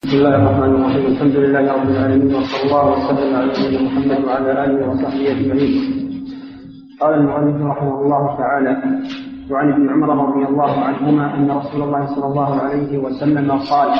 بسم الله الرحمن الرحيم. الحمد لله رب العالمين، وصلى الله وسلم على نبينا محمد وعلى اله وصحبه اجمعين. قال المؤلف رحمه الله تعالى: وعن ابن عمر رضي الله عنهما ان رسول الله صلى الله عليه وسلم قال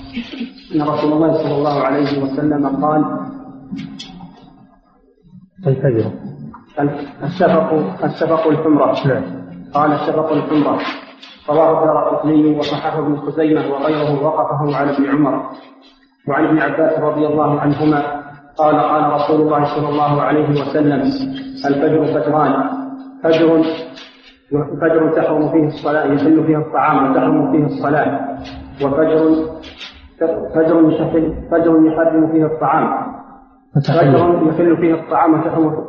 الشفق الحمرة. قال الشفق الحمرة. رواه الدارقطني وصححه ابن خزيمة وغيره وقفه على ابن عمر. وعن ابن عباس رضي الله عنهما قال: قال رسول الله صلى الله عليه وسلم: الفجر فجران، فجر تحرم فيه الصلاة يحل فيه الطعام وتحرم فيه الصلاة، فجر يحرم فيه الطعام، فجر يحل فيه الطعام وتحرم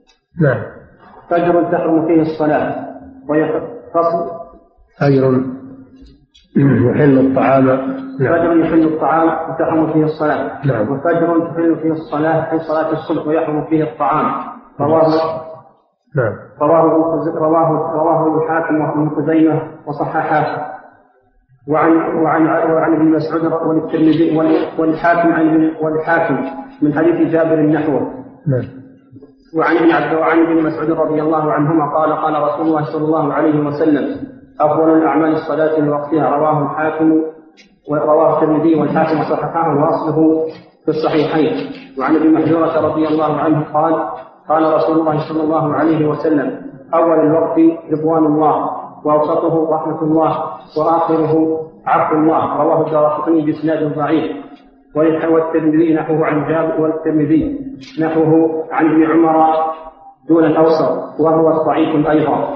فجر تحرم فيه الصلاة، فجر يحل الطعام، فجر يحل الطعام وتحرم فيه الصلاة، وفجر تحل فيه الصلاة في صلاة الصبح ويحرم فيه الطعام. رواه الحاكم وابن خزيمة وصححه. وعن ابن مسعود والترمذي والحاكم من حديث جابر نحوه. وعن ابن مسعود رضي الله عنهما قال: قال رسول الله صلى الله عليه وسلم: أفضل الأعمال الصلاة لوقتها. رواه الحاكم ورواه الترمذي والحاكم وصححه وأصله في الصحيحين. وعن ابي محذورة رضي الله عنه قال: قال رسول الله صلى الله عليه وسلم: أول الوقت رضوان الله، وأوسطه رحمة الله، وآخره عفو الله. رواه الدارقطني بإسناد ضعيف. والترمذي نحوه عن جابر، والترمذي نحوه عن ابن عمر دون الأوسط، وهو ضعيف أيضا.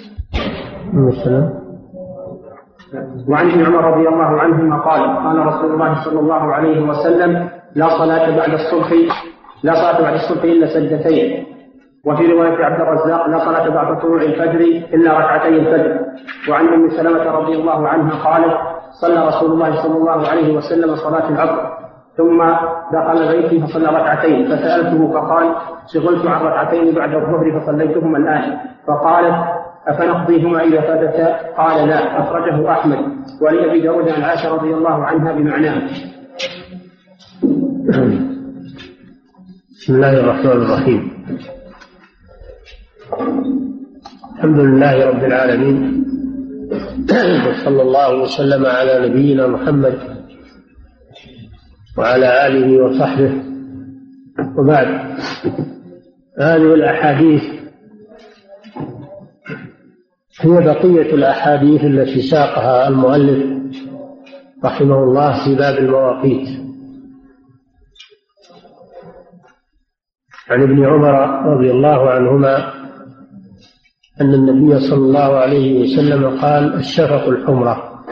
وعن ابن عمر رضي الله عنهما قال: قال رسول الله صلى الله عليه وسلم: لا صلاة بعد الصبح إلا سجدتين. وفي رواية عبد الرزاق: لا صلاة بعد طلوع الفجر إلا ركعتي الفجر. وعن أم سلمة رضي الله عنها قالت: صلى رسول الله صلى الله عليه وسلم صلاة العصر، ثم دخل بيتي فصلى ركعتين، فسألته فقال: شغلت عن ركعتين بعد الظهر فصليتهما الآن. فقالت: أفنقضيهما إذا فاتتا؟ قال: لا. أخرجه أحمد ولأبي داود عن عائشة رضي الله عنها بمعناه. بسم الله الرحمن الرحيم. الحمد لله رب العالمين، وصلى الله وسلم على نبينا محمد وعلى آله وصحبه، وبعد. هذه الأحاديث هي بقية الأحاديث التي ساقها المؤلف رحمه الله في باب المواقيت. عن ابن عمر رضي الله عنهما أن النبي صلى الله عليه وسلم قال: الشفق الحمرة.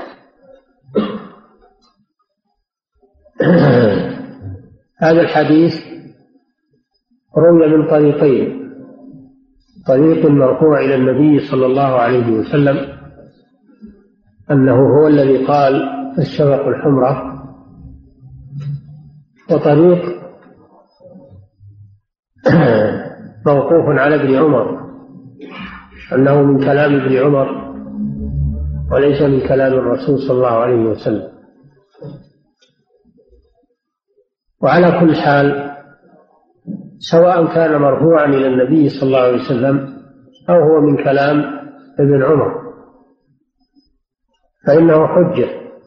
هذا الحديث روي من طريقين: طريق مرفوع إلى النبي صلى الله عليه وسلم أنه هو الذي قال الشفق الحمرة، وطريق موقوف على ابن عمر أنه من كلام ابن عمر وليس من كلام الرسول صلى الله عليه وسلم. وعلى كل حال، سواء كان مرفوعا إلى النبي صلى الله عليه وسلم أو هو من كلام ابن عمر فإنه حجة.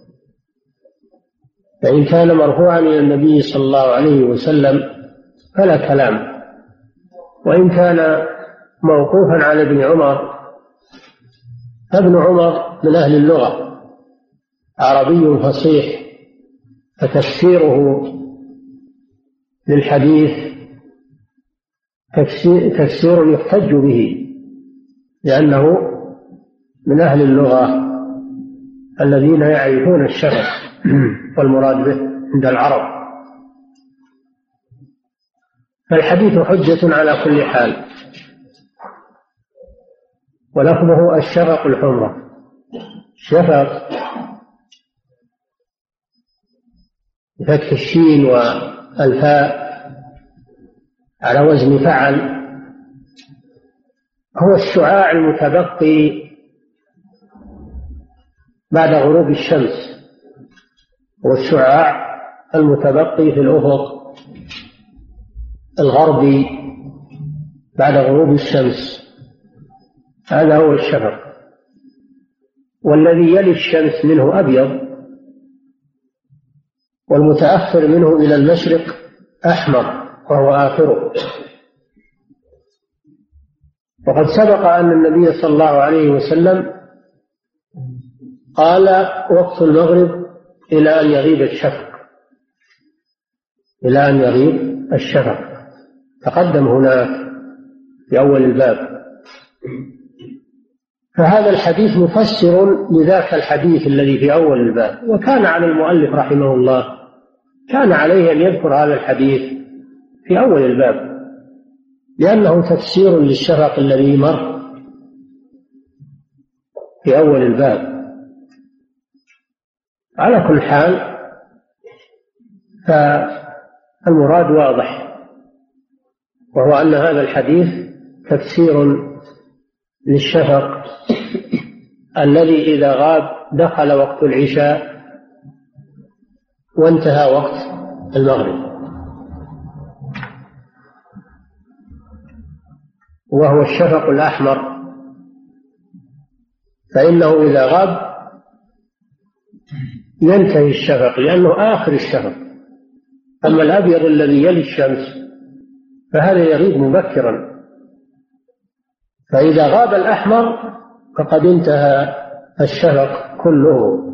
فإن كان مرفوعا إلى النبي صلى الله عليه وسلم فلا كلام، وإن كان موقوفا على ابن عمر فابن عمر من أهل اللغة، عربي فصيح، فتفسيره للحديث تفسير يحتج به، لأنه من أهل اللغة الذين يعرفون الشفق والمراد به عند العرب. فالحديث حجة على كل حال. ولفظه الشفق الحمرة. شفق بفتح الشين والفاء على وزن فعل، هو الشعاع المتبقي بعد غروب الشمس، هو الشعاع المتبقي في الأفق الغربي بعد غروب الشمس، هذا هو الشفق. والذي يلي الشمس منه أبيض، والمتأخر منه إلى المشرق أحمر وهو آخره. وقد سبق أن النبي صلى الله عليه وسلم قال وقت المغرب إلى أن يغيب الشفق، إلى أن يغيب الشفق، تقدم هناك في أول الباب. فهذا الحديث مفسر لذاك الحديث الذي في أول الباب. وكان على المؤلف رحمه الله، كان عليه أن يذكر هذا الحديث في أول الباب، لأنه تفسير للشفق الذي مر في أول الباب. على كل حال فالمراد واضح، وهو أن هذا الحديث تفسير للشفق الذي إذا غاب دخل وقت العشاء وانتهى وقت المغرب، وهو الشفق الأحمر، فإنه إذا غاب ينتهي الشفق لأنه آخر الشفق. أما الأبيض الذي يلي الشمس فهذا يغيب مبكرا، فإذا غاب الأحمر فقد انتهى الشفق كله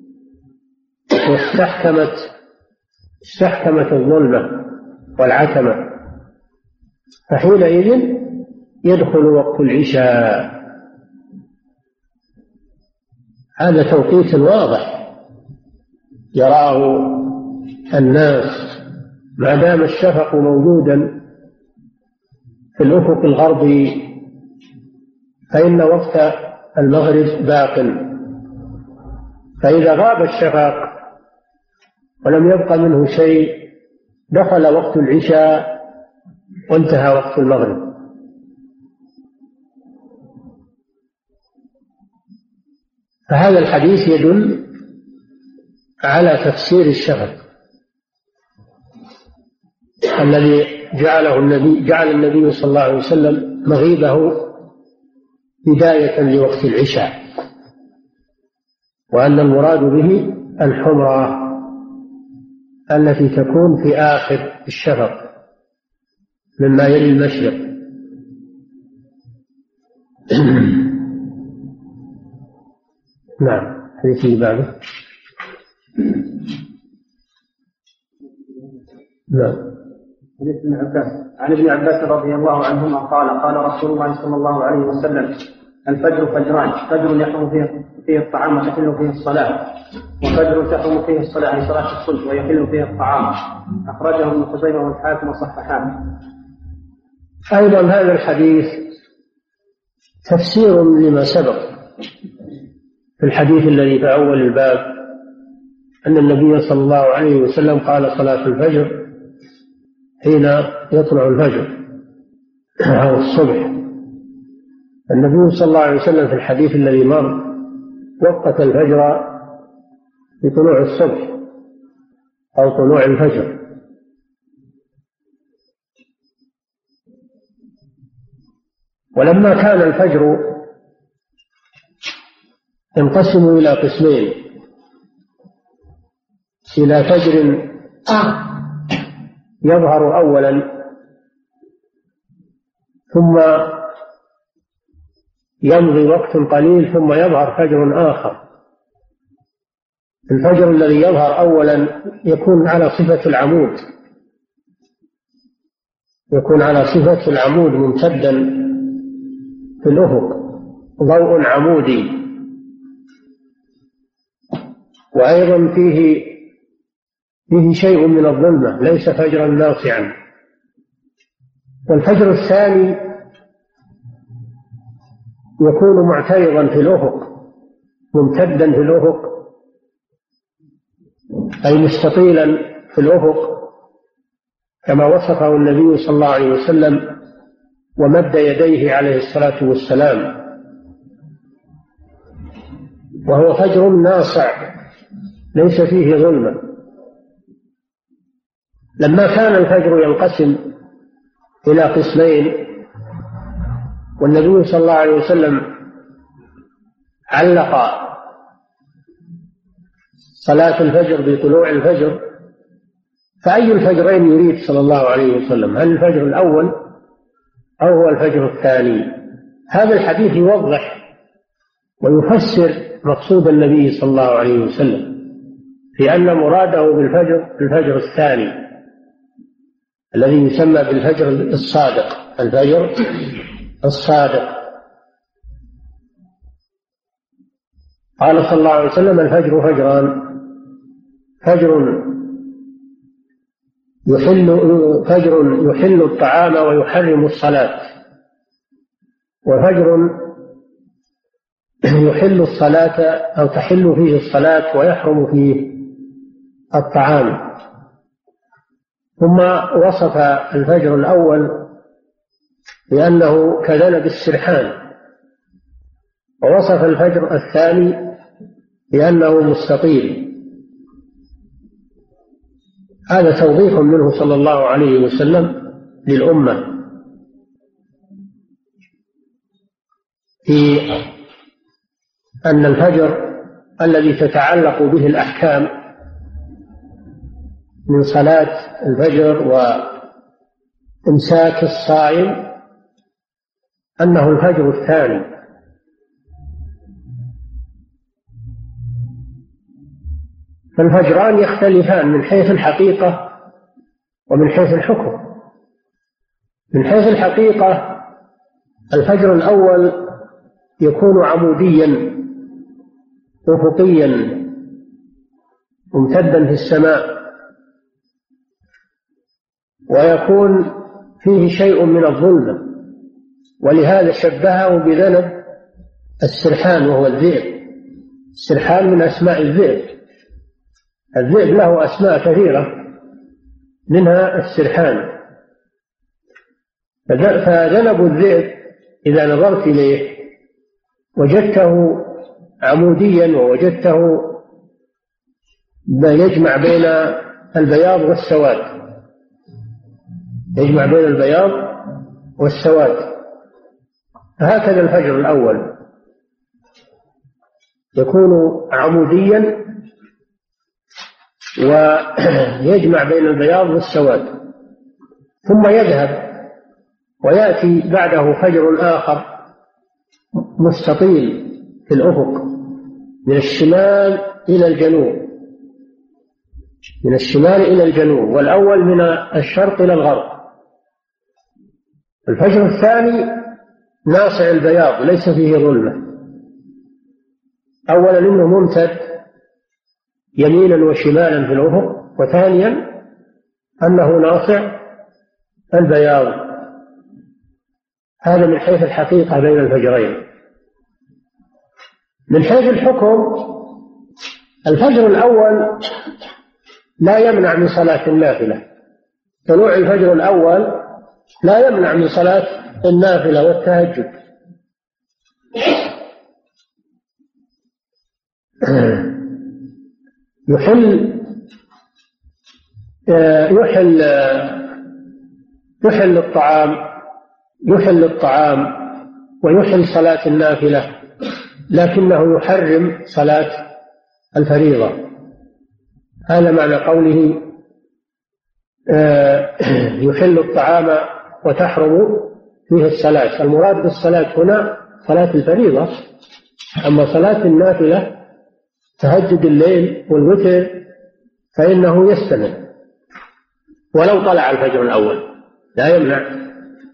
واستحكمت الظلمة والعتمة، فحينئذ يدخل وقت العشاء. هذا توقيت واضح يراه الناس، ما دام الشفق موجودا في الأفق الغربي فإن وقت المغرب باق. فإذا غاب الشفق ولم يبق منه شيء دخل وقت العشاء وانتهى وقت المغرب. فهذا الحديث يدل على تفسير الشفق الذي جعل النبي صلى الله عليه وسلم مغيبه بداية لوقت العشاء، وأن المراد به الحمرة التي تكون في آخر الشفق مما يلي المشرق. نعم. حديث اللي بعده. نعم. حديث ابن عباس عن ابن عباس رضي الله عنهما قال قال رسول الله صلى الله عليه وسلم: الفجر فجران، فجر يحرم فيه الطعام وتحل فيه الصلاة، وفجر تحرم فيه الصلاة أي صلاة الصبح ويحل فيه الطعام. أخرجه ابن خزيمة والحاكم وصححاه. أيضا هذا الحديث تفسير لما سبق في الحديث الذي في أول الباب، أن النبي صلى الله عليه وسلم قال صلاة الفجر حين يطلع الفجر أو الصبح. النبي صلى الله عليه وسلم في الحديث الذي مر وقت الفجر بطلوع الصبح أو طلوع الفجر. ولما كان الفجر ينقسم إلى قسمين: إلى فجر يظهر أولا ثم يمضي وقت قليل ثم يظهر فجر آخر. الفجر الذي يظهر أولا يكون على صفة العمود، يكون على صفة العمود ممتدا في الأفق، ضوء عمودي، وأيضا فيه شيء من الظلمة، ليس فجرا ناصعا. والفجر الثاني يكون معترضا في الأفق، ممتدا في الأفق، أي مستطيلا في الأفق كما وصفه النبي صلى الله عليه وسلم ومد يديه عليه الصلاة والسلام، وهو فجر ناصع ليس فيه ظلمة. لما كان الفجر ينقسم إلى قسمين، والنبي صلى الله عليه وسلم علق صلاة الفجر بطلوع الفجر، فأي الفجرين يريد صلى الله عليه وسلم؟ هل الفجر الأول أو هو الفجر الثاني؟ هذا الحديث يوضح ويفسر مقصود النبي صلى الله عليه وسلم في أن مراده بالفجر الفجر الثاني الذي يسمى بالفجر الصادق، الفجر الصادق. قال صلى الله عليه وسلم: الفجر فجران، فجر يحل الطعام ويحرم الصلاة، وفجر يحل الصلاة أو تحل فيه الصلاة ويحرم فيه الطعام. ثم وصف الفجر الأول بأنه كذنب السرحان، ووصف الفجر الثاني بأنه مستطيل. هذا توضيح منه صلى الله عليه وسلم للأمة في أن الفجر الذي تتعلق به الأحكام من صلاة الفجر وإمساك الصائم أنه الفجر الثاني. فالفجران يختلفان من حيث الحقيقة ومن حيث الحكم. من حيث الحقيقة الفجر الأول يكون عموديا أفقيا ممتدا في السماء، ويكون فيه شيء من الظلمة، ولهذا شبهه بذنب السرحان وهو الذئب. السرحان من أسماء الذئب، الذئب له أسماء كثيرة منها السرحان. فذنب الذئب إذا نظرت إليه وجدته عموديا، ووجدته يجمع بين البياض والسواد، يجمع بين البياض والسواد. فهكذا الفجر الأول يكون عموديا ويجمع بين البياض والسواد، ثم يذهب ويأتي بعده فجر آخر مستطيل في الأفق من الشمال إلى الجنوب، من الشمال إلى الجنوب، والأول من الشرق إلى الغرب. الفجر الثاني ناصع البياض ليس فيه ظلمة، أولا إنه ممتد يمينا وشمالا في الأفق، وثانيا أنه ناصع البياض. هذا من حيث الحقيقة بين الفجرين. من حيث الحكم الفجر الأول لا يمنع من صلاة النافلة، طلوع الفجر الأول لا يمنع من صلاة النافلة والتهجد. يحل الطعام ويحل صلاة النافلة، لكنه يحرم صلاة الفريضة. هذا معنى قوله يحل الطعام وتحرم فيه الصلاة. المراد بالصلاة هنا صلاة الفريضة، أما صلاة النافلة تهجد الليل والوتر فإنه يستمر ولو طلع الفجر الأول لا يمنع.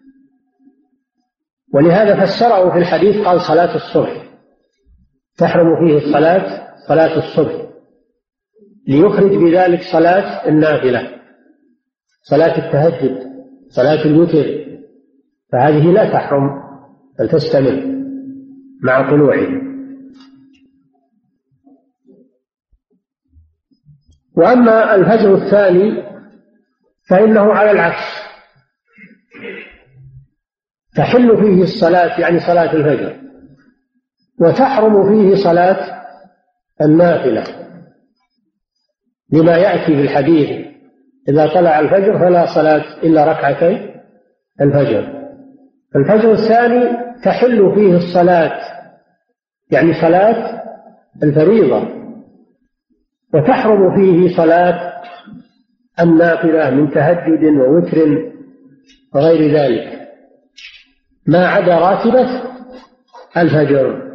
ولهذا فسره في الحديث قال صلاة الصبح تحرم فيه الصلاة، صلاة الصبح، ليخرج بذلك صلاة النافلة، صلاة التهجد، صلاة الوتر، فهذه لا تحرم بل تستمر مع طلوعه. وأما الفجر الثاني فإنه على العكس، تحل فيه الصلاة يعني صلاة الفجر، وتحرم فيه صلاة النافلة، لما يأتي في الحديث إذا طلع الفجر فلا صلاة إلا ركعتي الفجر. الفجر الثاني تحل فيه الصلاة، يعني صلاة الفريضة، وتحرم فيه صلاة النافلة من تهجد ووتر وغير ذلك ما عدا راتبة الفجر.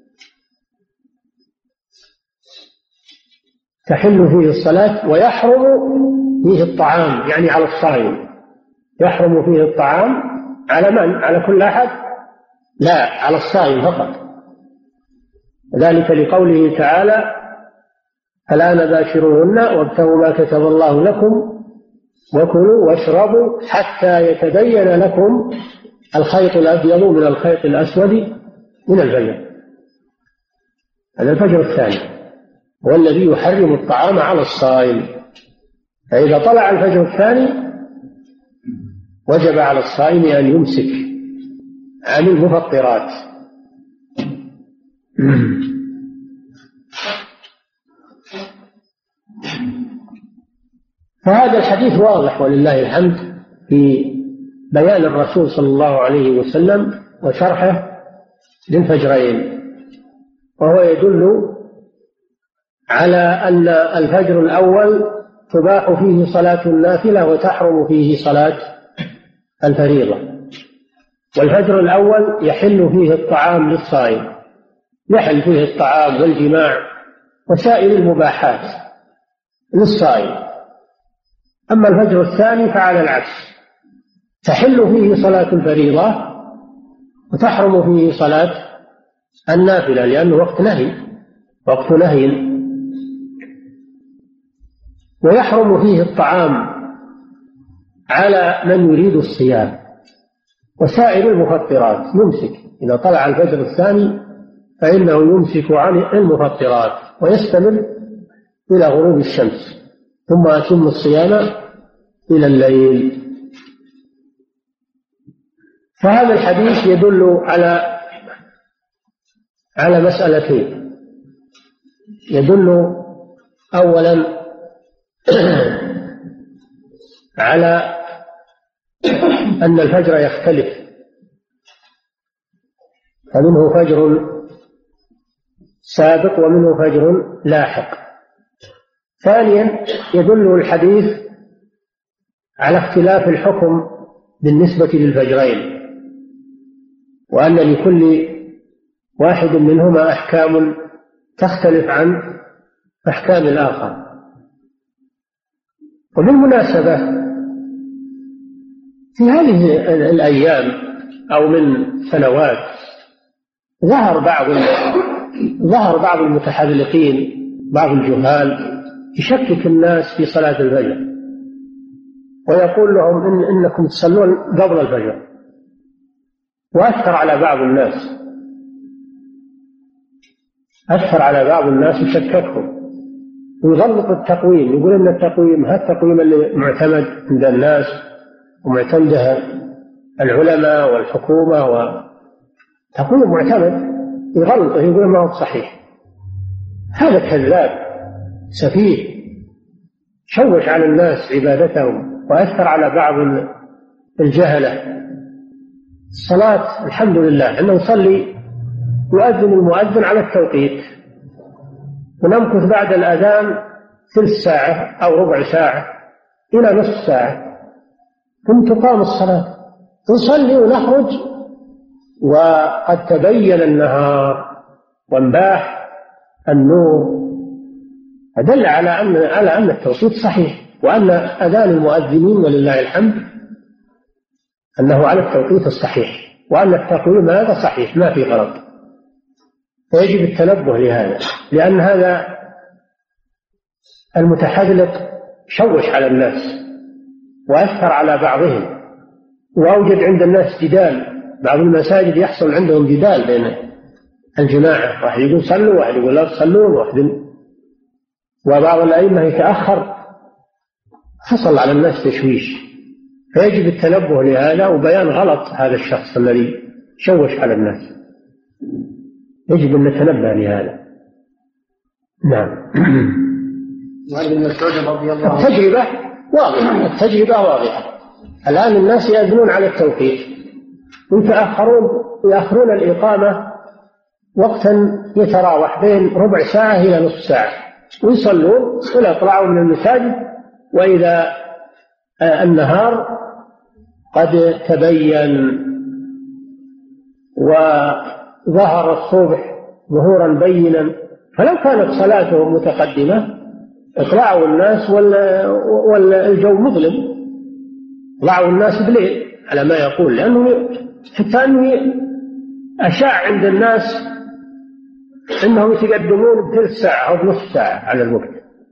تحل فيه الصلاة ويحرم فيه الطعام، يعني على الصائم. يحرم فيه الطعام على من؟ على كل أحد؟ لا، على الصائم فقط. ذلك لقوله تعالى: الآن باشروهن وابتغوا ما كتب الله لكم وكلوا واشربوا حتى يتبين لكم الخيط الأبيض من الخيط الأسود من الفجر. هذا الفجر الثاني هو الذي يحرم الطعام على الصائم. فإذا طلع الفجر الثاني وجب على الصائم أن يمسك عن المفطرات. فهذا الحديث واضح ولله الحمد في بيان الرسول صلى الله عليه وسلم وشرحه للفجرين، وهو يدل على أن الفجر الأول تباح فيه صلاة النافلة وتحرم فيه صلاة الفريضة، والفجر الأول يحل فيه الطعام للصائم، يحل فيه الطعام والجماع وسائر المباحات للصائم. أما الفجر الثاني فعلى العكس، تحل فيه صلاة الفريضة وتحرم فيه صلاة النافلة، لأنه وقت نهي. ويحرم فيه الطعام على من يريد الصيام وسائر المفطرات يمسك. إذا طلع الفجر الثاني فإنه يمسك عن المفطرات ويستمر إلى غروب الشمس، ثم يتم الصيام إلى الليل. فهذا الحديث يدل على مسألتين. يدل أولا على أن الفجر يختلف، فمنه فجر سابق ومنه فجر لاحق. ثانيا يدل الحديث على اختلاف الحكم بالنسبة للفجرين، وأن لكل واحد منهما أحكام تختلف عن أحكام الآخر. وبالمناسبة في هذه الأيام أو من سنوات ظهر بعض المتحذلقين، بعض الجهال، يشكك الناس في صلاة الفجر ويقول لهم إنكم تصلون قبل الفجر، وأثر على بعض الناس يشككهم ويغلط التقويم، يقول إن التقويم التقويم اللي معتمد عند الناس ومعتمدها العلماء والحكومة وتقويم معتمد، يغلط يقول ما هو صحيح. هذا كذاب سفيه شوش على الناس عبادتهم وأثر على بعض الجهلة. الصلاة الحمد لله أنه نصلي يؤذن المؤذن على التوقيت، ونمكث بعد الأذان ثلث ساعة أو ربع ساعة إلى نصف ساعة، ثم تقام الصلاة، نصلي ونخرج وقد تبين النهار وانباح النور. أدل على أن التوقيت صحيح، وأن أذان المؤذنين ولله الحمد أنه على التوقيت الصحيح، وأن التقويم هذا صحيح ما في غلط. فيجب التنبه لهذا، لأن هذا المتحذلق شوش على الناس وأثر على بعضهم وأوجد عند الناس جدال. بعض المساجد يحصل عندهم جدال بين الجماعة، واحد يقول صلوا، واحد يقول لا تصلون، وبعض الأئمة يتأخر، حصل على الناس تشويش. فيجب التنبه لهذا وبيان غلط هذا الشخص الذي شوش على الناس، يجب أن نتنبه لهذا. نعم. وعن ابن مسعود رضي الله عنه التجربة واضحة، التجربة واضحة. الآن الناس يأذنون على التوقيت ويأخرون الإقامة وقتا يتراوح بين ربع ساعة إلى نصف ساعة، ويصلون ولا يطلعوا من المساجد، وإذا النهار قد تبين وظهر الصبح ظهورا بينا. فلو كانت صلاتهم متقدمة اطلعوا الناس والجو مظلم، طلعوا الناس بليل على ما يقول، لأنه حتى أنه أشاع عند الناس أنهم يتقدمون بثلث ساعة أو بنصف ساعة على الوقت.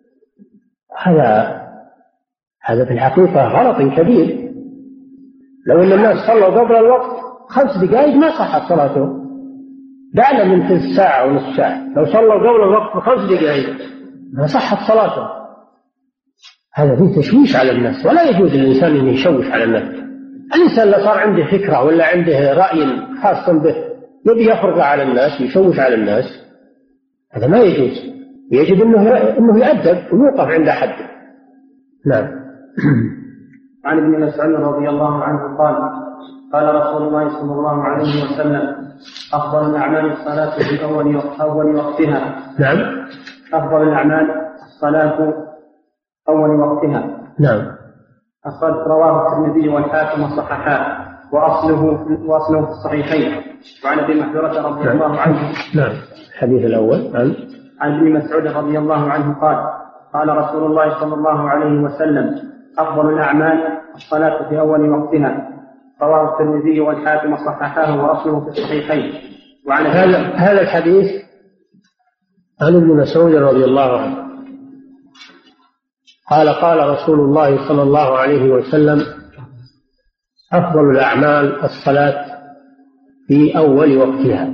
هذا في الحقيقة غلط كبير. لو أن الناس صلوا قبل الوقت 5 دقائق ما صحت صلاتهم، دعنا من ثلث ساعة أو نصف ساعة. لو صلوا قبل الوقت ب5 دقائق ما صحت صلاتهم. هذا فيه تشويش على الناس، ولا يجوز للإنسان أن يشوش على الناس. الإنسان اللي صار عنده فكرة ولا عنده رأي خاص به يبي يفرض على الناس ويشوش على الناس، هذا ما يجوز. يجب أنه يؤدب ويوقف عند حده. نعم. عن ابن مسعود رضي الله عنه قال قال رسول الله صلى الله عليه وسلم أفضل الأعمال الصلاة في أول وقتها. نعم. أفضل الأعمال الصلاة أول وقتها. نعم. رواه الترمذي والحاكم وصححاه وأصله في الصحيحين. وعن ابي محذورة رضي الله عنه. نعم. الحديث الأول عن ابن مسعود رضي الله عنه قال رسول الله صلى الله عليه وسلم أفضل الأعمال الصلاة في أول وقتها. رواه الترمذي والحاكم وصححاه وأصله في الصحيحين. وعن هذا الحديث عن ابن مسعود رضي الله عنه قال رسول الله صلى الله عليه وسلم أفضل الأعمال الصلاة في أول وقتها.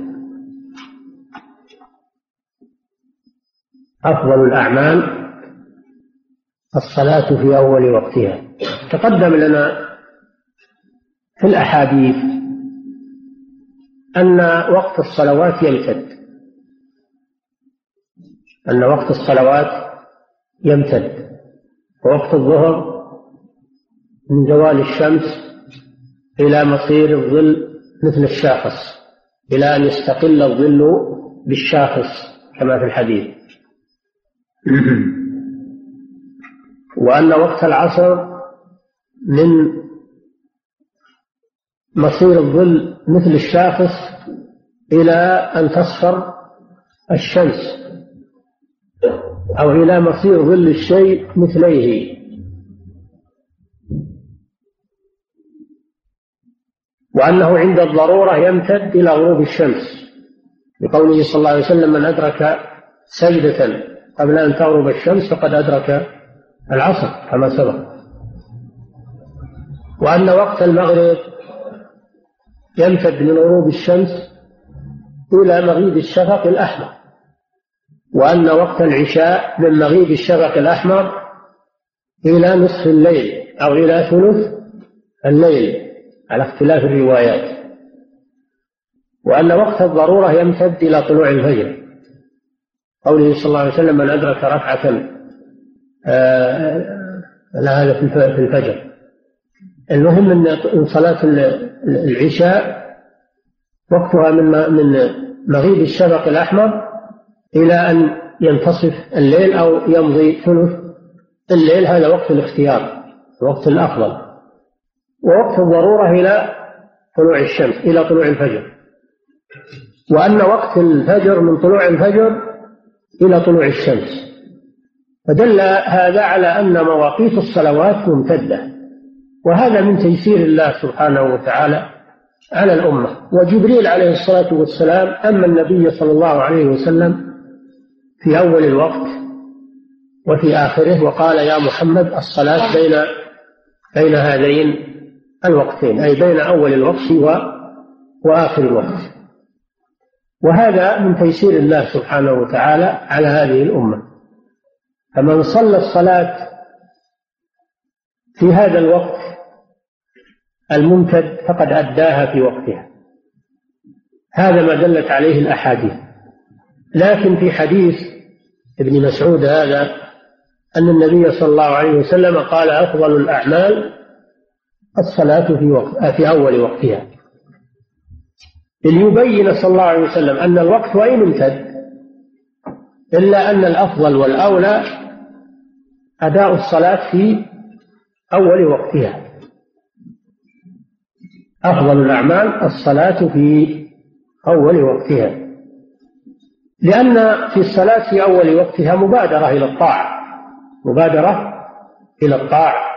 أفضل الأعمال الصلاة في أول وقتها. تقدم لنا في الأحاديث أن وقت الصلوات يمتد، ووقت الظهر من زوال الشمس إلى مصير الظل مثل الشاخص، إلى أن يستقل الظل بالشاخص كما في الحديث. وأن وقت العصر من مصير الظل مثل الشاخص إلى أن تصفر الشمس، أو إلى مصير ظل الشيء مثليه. وأنه عند الضرورة يمتد إلى غروب الشمس، لقوله صلى الله عليه وسلم من أدرك سجدة قبل أن تغرب الشمس فقد أدرك العصر كما سبق. وأن وقت المغرب يمتد من غروب الشمس إلى مغيب الشفق الأحمر. وأن وقت العشاء من مغيب الشفق الأحمر إلى نصف الليل أو إلى ثلث الليل على اختلاف الروايات. وأن وقت الضرورة يمتد إلى طلوع الفجر، قوله صلى الله عليه وسلم من أدرك ركعة هذا في الفجر. المهم أن صلاة العشاء وقتها من مغيب الشفق الأحمر إلى أن ينتصف الليل أو يمضي ثلث الليل، هذا وقت الاختيار، الوقت الأفضل. ووقت الضرورة إلى طلوع الشمس، إلى طلوع الفجر. وأن وقت الفجر من طلوع الفجر إلى طلوع الشمس. فدل هذا على أن مواقيت الصلوات ممتدة، وهذا من تيسير الله سبحانه وتعالى على الأمة. وجبريل عليه الصلاة والسلام أما النبي صلى الله عليه وسلم في أول الوقت وفي آخره، وقال يا محمد الصلاة بين هذين الوقتين، أي بين أول الوقت وآخر الوقت. وهذا من تيسير الله سبحانه وتعالى على هذه الأمة. فمن صلى الصلاة في هذا الوقت الممتد فقد أداها في وقتها. هذا ما دلت عليه الأحاديث. لكن في حديث ابن مسعود هذا أن النبي صلى الله عليه وسلم قال أفضل الأعمال الصلاة في أول وقتها، ليبين صلى الله عليه وسلم أن الوقت وإن امتد إلا أن الأفضل والأولى أداء الصلاة في أول وقتها. أفضل الأعمال الصلاة في أول وقتها، لأن في الصلاة في أول وقتها مبادرة إلى الطاعة، مبادرة إلى الطاعة،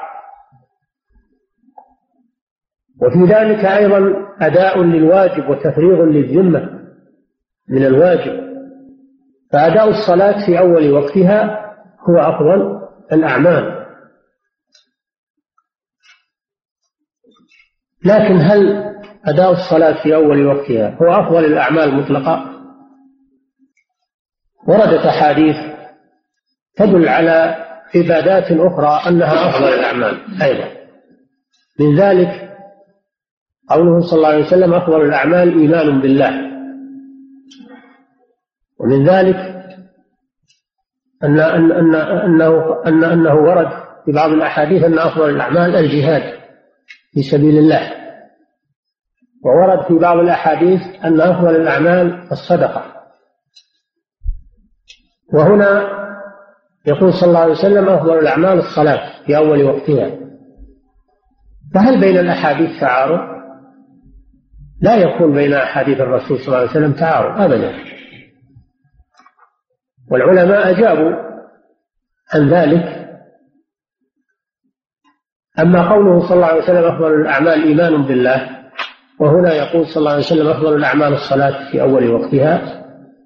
وفي ذلك أيضا أداء للواجب وتفريغ للذمة من الواجب. فأداء الصلاة في أول وقتها هو أفضل الأعمال. لكن هل أداء الصلاة في أول وقتها هو أفضل الأعمال مطلقة؟ وردت أحاديث تدل على عبادات أخرى أنها أفضل الأعمال أيضا، من ذلك قوله صلى الله عليه وسلم أفضل الأعمال إيمان بالله، ومن ذلك أنه ورد في بعض الأحاديث أن أفضل الأعمال الجهاد في سبيل الله، وورد في بعض الأحاديث أن أفضل الأعمال الصدقة. وهنا يقول صلى الله عليه وسلم أفضل الأعمال الصلاة في أول وقتها. فهل بين الأحاديث تعارض؟ لا يكون بين أحاديث الرسول صلى الله عليه وسلم تعارض أبدا، والعلماء أجابوا عن ذلك. أما قوله صلى الله عليه وسلم أفضل الأعمال إيمان بالله، وهنا يقول صلى الله عليه وسلم أفضل الأعمال الصلاة في أول وقتها،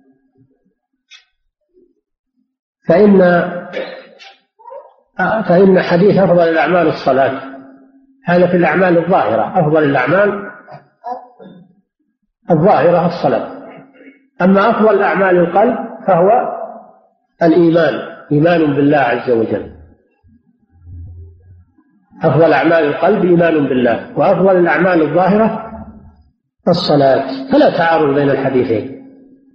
فإن حديث أفضل الأعمال الصلاة هذا في الأعمال الظاهرة، أفضل الأعمال الظاهرة الصلاة. أما أفضل أعمال القلب فهو الإيمان، إيمان بالله عز وجل. أفضل أعمال القلب إيمان بالله، وأفضل الأعمال الظاهرة الصلاة، فلا تعارض بين الحديثين،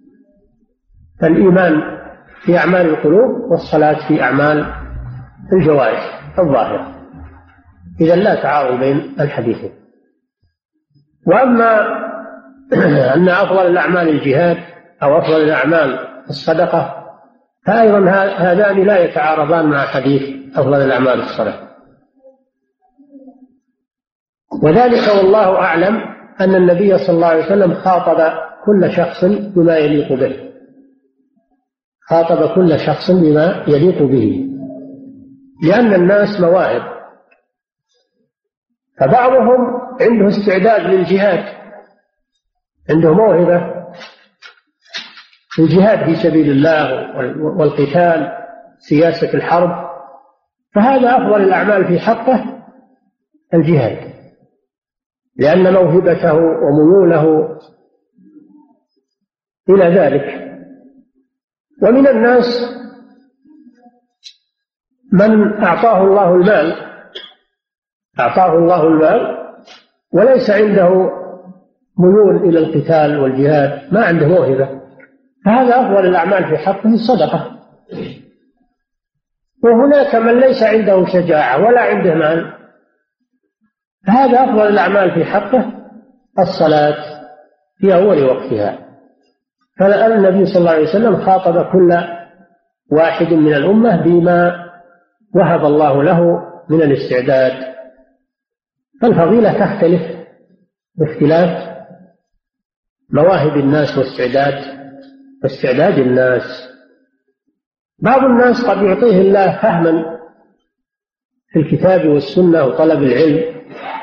فالإيمان في أعمال القلوب والصلاة في أعمال الجوارح الظاهرة، إذا لا تعارض بين الحديثين. وأما أن أفضل الأعمال الجهاد أو أفضل الأعمال الصدقة، فأيضا هذان لا يتعارضان مع حديث أفضل الأعمال الصلاة. وذلك والله أعلم أن النبي صلى الله عليه وسلم خاطب كل شخص بما يليق به، خاطب كل شخص بما يليق به، لأن الناس مواهب، فبعضهم عنده استعداد للجهاد، عنده موهبة في الجهاد في سبيل الله والقتال، سياسة الحرب، فهذا أفضل الأعمال في حقه الجهاد، لأن موهبته وميوله إلى ذلك. ومن الناس من أعطاه الله المال وليس عنده ميول إلى القتال والجهاد، ما عنده موهبة، فهذا أفضل الأعمال في حقه الصدقة. وهناك من ليس عنده شجاعة ولا عنده مال، فهذا أفضل الأعمال في حقه الصلاة في أول وقتها. فالنبي صلى الله عليه وسلم خاطب كل واحد من الأمة بما وهب الله له من الاستعداد، فالفضيلة تختلف باختلاف مواهب الناس واستعداد الناس. بعض الناس قد يعطيه الله فهما في الكتاب والسنة وطلب العلم،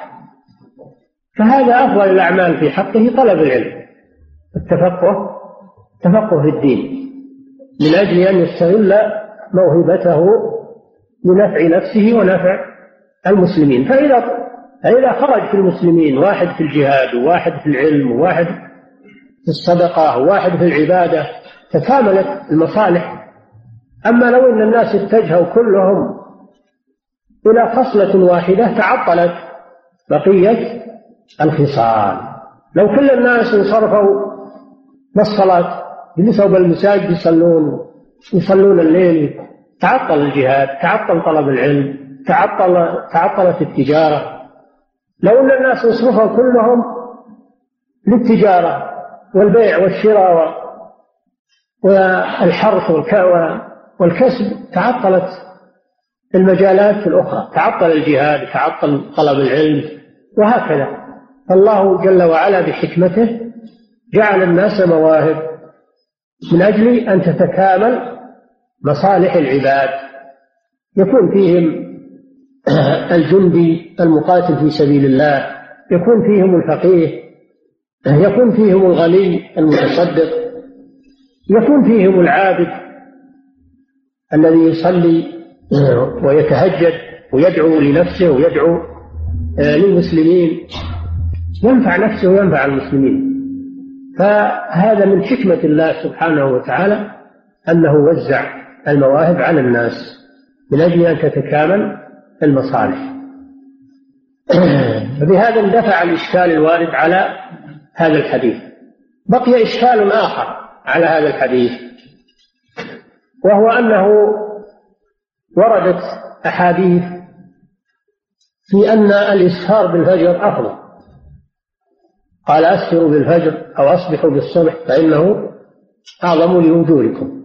فهذا أفضل الأعمال في حقه طلب العلم، التفقه في الدين، من أجل أن يستغل موهبته لنفع نفسه ونفع المسلمين. فإذا خرج في المسلمين واحد في الجهاد وواحد في العلم وواحد في الصدقة وواحد في العبادة تكاملت المصالح. أما لو أن الناس اتجهوا كلهم إلى خصلة واحدة تعطلت بقية الخصال. لو كل الناس انصرفوا بالصلاة جلسوا بالمساجد يصلون الليل تعطل الجهاد، تعطل طلب العلم، تعطلت التجارة. لو أن الناس يصرفوا كلهم للتجارة والبيع والشراء والحرث والكسب تعطلت المجالات الأخرى، تعطل الجهاد، تعطل طلب العلم، وهكذا. فالله جل وعلا بحكمته جعل الناس مواهب من أجل أن تتكامل مصالح العباد، يكون فيهم الجندي المقاتل في سبيل الله، يكون فيهم الفقيه، يكون فيهم الغني المتصدق، يكون فيهم العابد الذي يصلي ويتهجد ويدعو لنفسه ويدعو للمسلمين، ينفع نفسه وينفع المسلمين. فهذا من حكمة الله سبحانه وتعالى أنه وزع المواهب على الناس من أجل أن تتكامل المصالح. فبهذا اندفع الإشكال الوارد على هذا الحديث. بقي إشكال آخر على هذا الحديث، وهو أنه وردت أحاديث في أن الإسهار بالفجر أفضل، قال أسهروا بالفجر أو أصبحوا بالصبح فإنه أعظم لوجوهكم.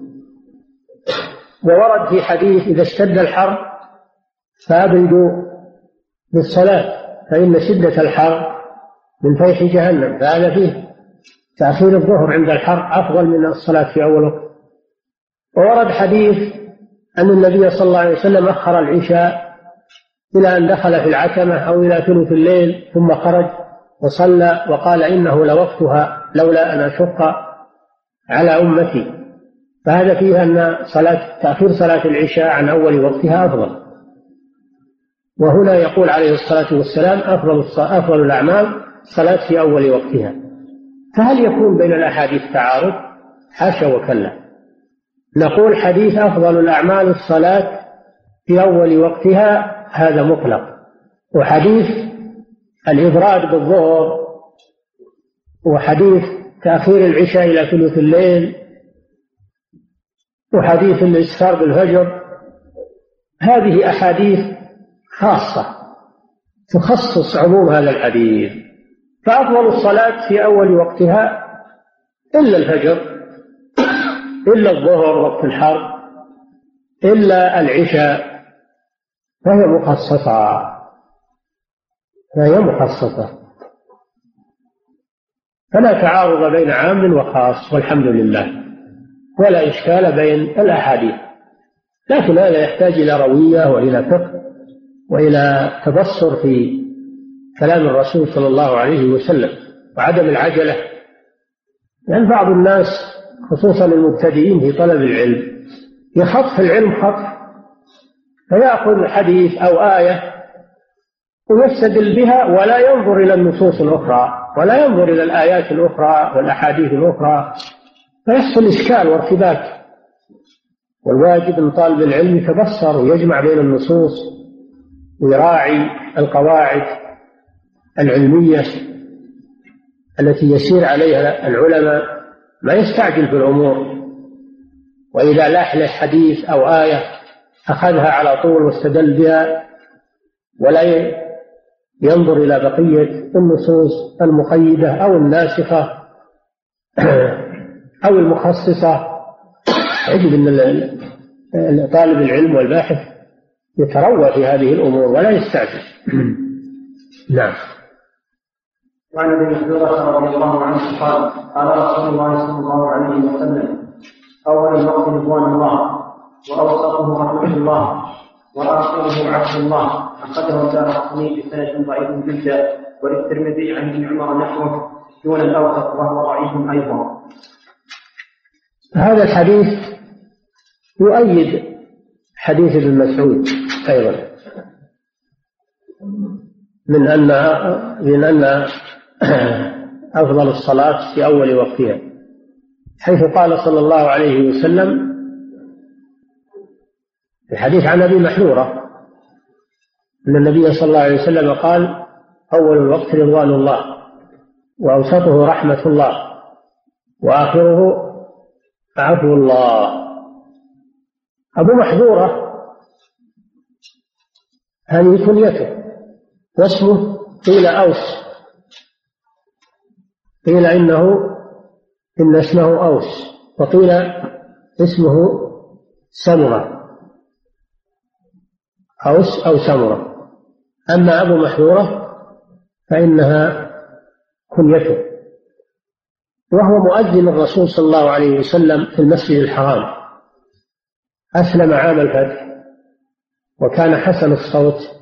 وورد في حديث إذا اشتد الحر فأبردوا بالصلاة فإن شدة الحر من فيح جهنم، فهذا فيه تأخير الظهر عند الحر أفضل من الصلاة في أول وقت. وورد حديث أن النبي صلى الله عليه وسلم أخر العشاء إلى أن دخل في العتمة أو إلى ثلث الليل ثم خرج وصلى وقال إنه لوقتها لولا أن أشق على أمتي. فهذا فيه أن تأخير صلاة العشاء عن أول وقتها أفضل. وهنا يقول عليه الصلاة والسلام أفضل الأعمال الصلاة في أول وقتها. فهل يكون بين الأحاديث تعارض؟ حاشا وكلا. نقول حديث أفضل الأعمال الصلاة في أول وقتها هذا مطلق، وحديث الإبراد بالظهر وحديث تأخير العشاء إلى ثلث الليل وحديث الإسفار بالفجر هذه أحاديث خاصة تخصص عموم هذا الحديث. فأفضل الصلاة في أول وقتها إلا الفجر، إلا الظهر وقت الحر، إلا العشاء، فهي مخصصة، فلا تعارض بين عام وخاص والحمد لله، ولا إشكال بين الأحاديث. لكن هذا يحتاج إلى روية وإلى فقه وإلى تبصر في كلام الرسول صلى الله عليه وسلم وعدم العجلة. لأن بعض الناس خصوصا المبتدئين في طلب العلم يخطف العلم خطف، فيأخذ حديث أو آية ويستدل بها ولا ينظر إلى النصوص الأخرى ولا ينظر إلى الآيات الأخرى والأحاديث الأخرى، فيحصل إشكال وارتباك. والواجب أن طالب العلم يتبصر ويجمع بين النصوص ويراعي القواعد العلمية التي يسير عليها العلماء، ما يستعجل في الأمور، وإذا لاح له حديث أو آية أخذها على طول واستدل بها ولا ينظر إلى بقية النصوص المقيدة أو الناسخة أو المخصصة. يجب أن طالب العلم والباحث يتروى في هذه الأمور ولا يستعجل. نعم. وعن ابي هريره رضي الله عنه قال قال رسول الله صلى الله عليه وسلم اول الوقت رضوان الله واوسطه رحمه الله واخره عفو الله. اخذه الدارقطني بسند ضعيف جدا، وللترمذي عن ابن عمر نحوه دون الاوسط وهو ضعيف ايضا. هذا الحديث يؤيد حديث ابن مسعود ايضا من أن أفضل الصلاة في أول وقتها، حيث قال صلى الله عليه وسلم في الحديث عن أبي محذورة أن النبي صلى الله عليه وسلم قال أول الوقت رضوان الله وأوسطه رحمة الله وآخره عفو الله. أبو محذورة هذه كنيته، واسمه قيل أوس، قيل إن اسمه أوس، وقيل اسمه سمرة، أوس أو سمرة. أما أبو محذورة فإنها كنيته، وهو مؤذن الرسول صلى الله عليه وسلم في المسجد الحرام، أسلم عام الفتح وكان حسن الصوت،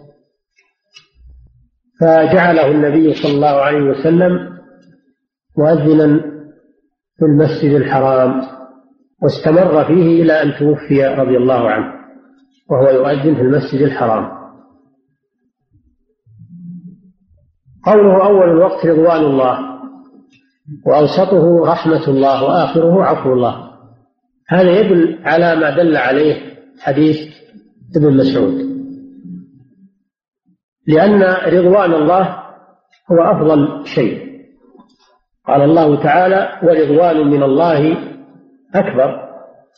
فجعله النبي صلى الله عليه وسلم مؤذنا في المسجد الحرام، واستمر فيه إلى أن توفي رضي الله عنه وهو يؤذن في المسجد الحرام. قوله أول الوقت رضوان الله، وأوسطه رحمة الله، وآخره عفو الله، هذا يدل على ما دل عليه حديث ابن مسعود، لأن رضوان الله هو أفضل شيء. قال الله تعالى: ورضوان من الله أكبر،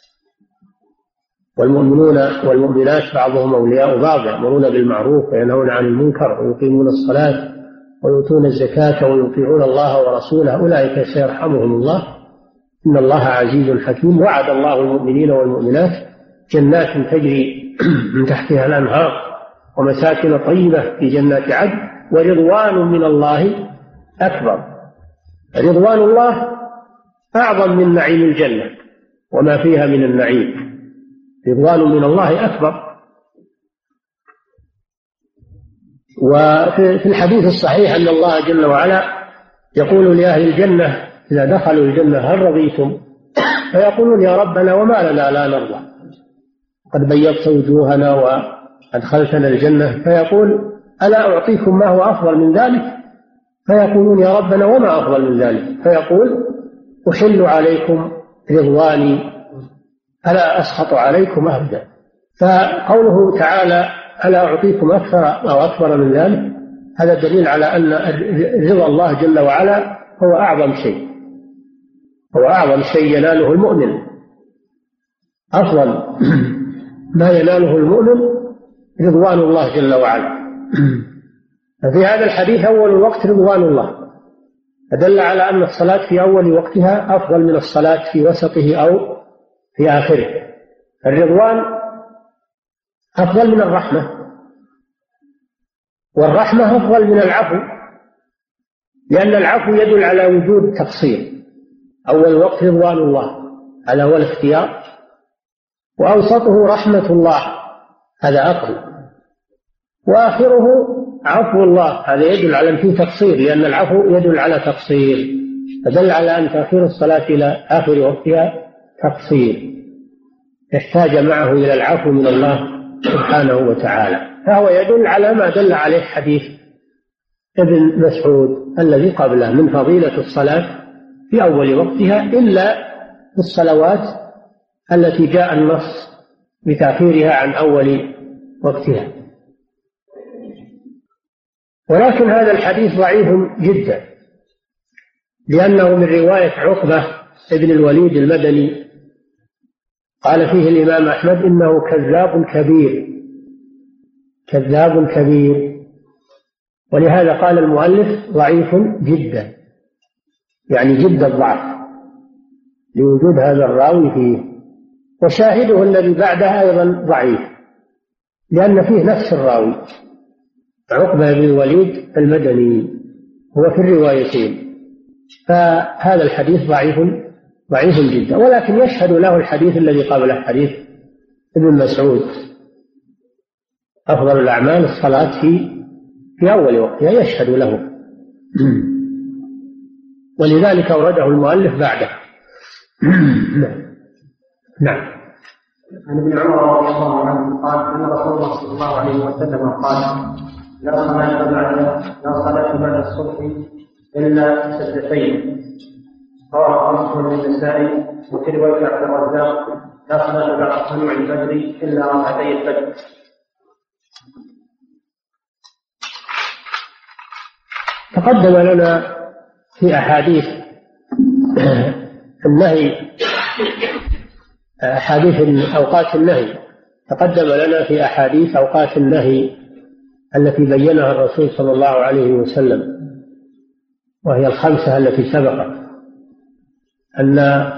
والمؤمنون والمؤمنات بعضهم أولياء بعض، يأمرون بالمعروف وينهون عن المنكر ويقيمون الصلاة ويؤتون الزكاة ويطيعون الله ورسوله أولئك سيرحمهم الله إن الله عزيز حكيم. وعد الله المؤمنين والمؤمنات جنات تجري من تحتها الأنهار ومساكن طيبة في جنات عدن ورضوان من الله أكبر. رضوان الله أعظم من نعيم الجنة وما فيها من النعيم، رضوان من الله أكبر. وفي الحديث الصحيح أن الله جل وعلا يقول لأهل الجنة إذا دخلوا الجنة: هل رضيتم؟ فيقولون: يا ربنا وما لنا لا نرضى، قد بيضت وجوهنا وأدخلتنا الجنة. فيقول: ألا أعطيكم ما هو أفضل من ذلك؟ فيقولون: يا ربنا وما أفضل من ذلك؟ فيقول: أحل عليكم رضواني ألا أسخط عليكم أبدا. فقوله تعالى: ألا أعطيكم أكثر أو أكبر من ذلك، هذا دليل على أن رضا الله جل وعلا هو أعظم شيء، هو أعظم شيء يناله المؤمن، أفضل ما يناله المؤمن رضوان الله جل وعلا. ففي هذا الحديث أول الوقت رضوان الله، فدل على أن الصلاة في أول وقتها أفضل من الصلاة في وسطه أو في آخره. الرضوان أفضل من الرحمة، والرحمة أفضل من العفو، لأن العفو يدل على وجود تقصير. أول وقت رضوان الله، هذا هو الاختيار، وأوسطه رحمة الله، هذا أقل، وآخره عفو الله، هذا يدل على أن فيه تقصير، لأن العفو يدل على تقصير، فدل على أن تأخير الصلاة إلى آخر وقتها تقصير، يحتاج معه إلى العفو من الله سبحانه وتعالى. فهو يدل على ما دل عليه حديث ابن مسعود الذي قبله من فضيلة الصلاة في أول وقتها، إلا في الصلوات التي جاء النص بتأخيرها عن أول وقتها. ولكن هذا الحديث ضعيف جدا، لأنه من رواية عقبة ابن الوليد المدني، قال فيه الإمام أحمد: إنه كذاب كبير، كذاب كبير. ولهذا قال المؤلف ضعيف جدا، يعني جد الضعف لوجود هذا الراوي فيه. وشاهده الذي بعده أيضا ضعيف، لأن فيه نفس الراوي عقبة بن الوليد المدني، هو في الروايتين. فهذا الحديث ضعيف جدا، ولكن يشهد له الحديث الذي قبله، حديث ابن مسعود: أفضل الأعمال الصلاة في أول وقتها، يشهد له، ولذلك أورده المؤلف بعده. نعم. عن ابن عمر رضي الله عنه قال: أن رسول الله صلى الله عليه وسلم قال: لا صلاة بعد الصبح إلا سجدتين. رواه مسلم النسائي. وفي رواية عبد الرزاق: لا صلاة بعد طلوع الفجر إلا ركعتي الفجر. تقدم لنا في أحاديث النهي، أحاديث أوقات النهي تقدم لنا في أحاديث أوقات النهي التي بينها الرسول صلى الله عليه وسلم، وهي الخمسة التي سبقت، أن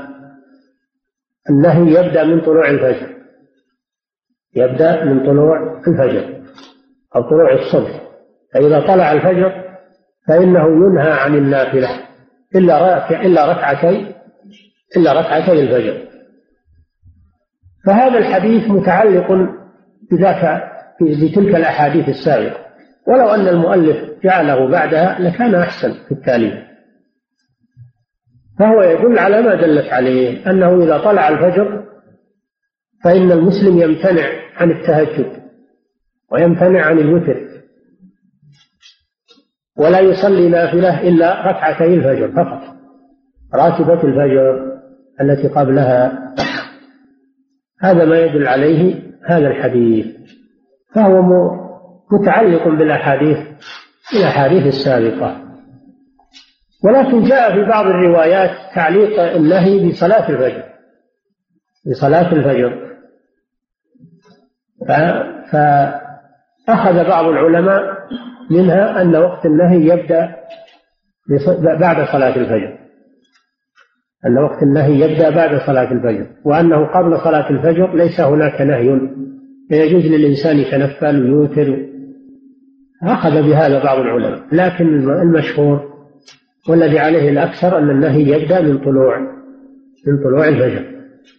النهي يبدأ من طلوع الفجر، يبدأ من طلوع الفجر أو طلوع الصبح، فإذا طلع الفجر فإنه ينهى عن النافلة إلا ركعتي الفجر. فهذا الحديث متعلق بتلك الأحاديث السابقة، ولو أن المؤلف جعله بعدها لكان أحسن في التاليف. فهو يدل على ما دلت عليه، أنه إذا طلع الفجر فإن المسلم يمتنع عن التهجد ويمتنع عن الوتر، ولا يصلي نافلة إلا ركعتي الفجر فقط، راتبة الفجر التي قبلها. هذا ما يدل عليه هذا الحديث، فهو متعلق بالأحاديث السابقة. ولكن جاء في بعض الروايات تعليق النهي بصلاة الفجر، فأخذ بعض العلماء منها أن وقت النهي يبدأ بعد صلاة الفجر، أن وقت النهي يبدأ بعد صلاة الفجر، وأنه قبل صلاة الفجر ليس هناك نهي، يجوز للإنسان يتنفل ويوتر. أخذ بهذا بعض العلماء، لكن المشهور والذي عليه الأكثر أن النهي يبدأ من طلوع الفجر.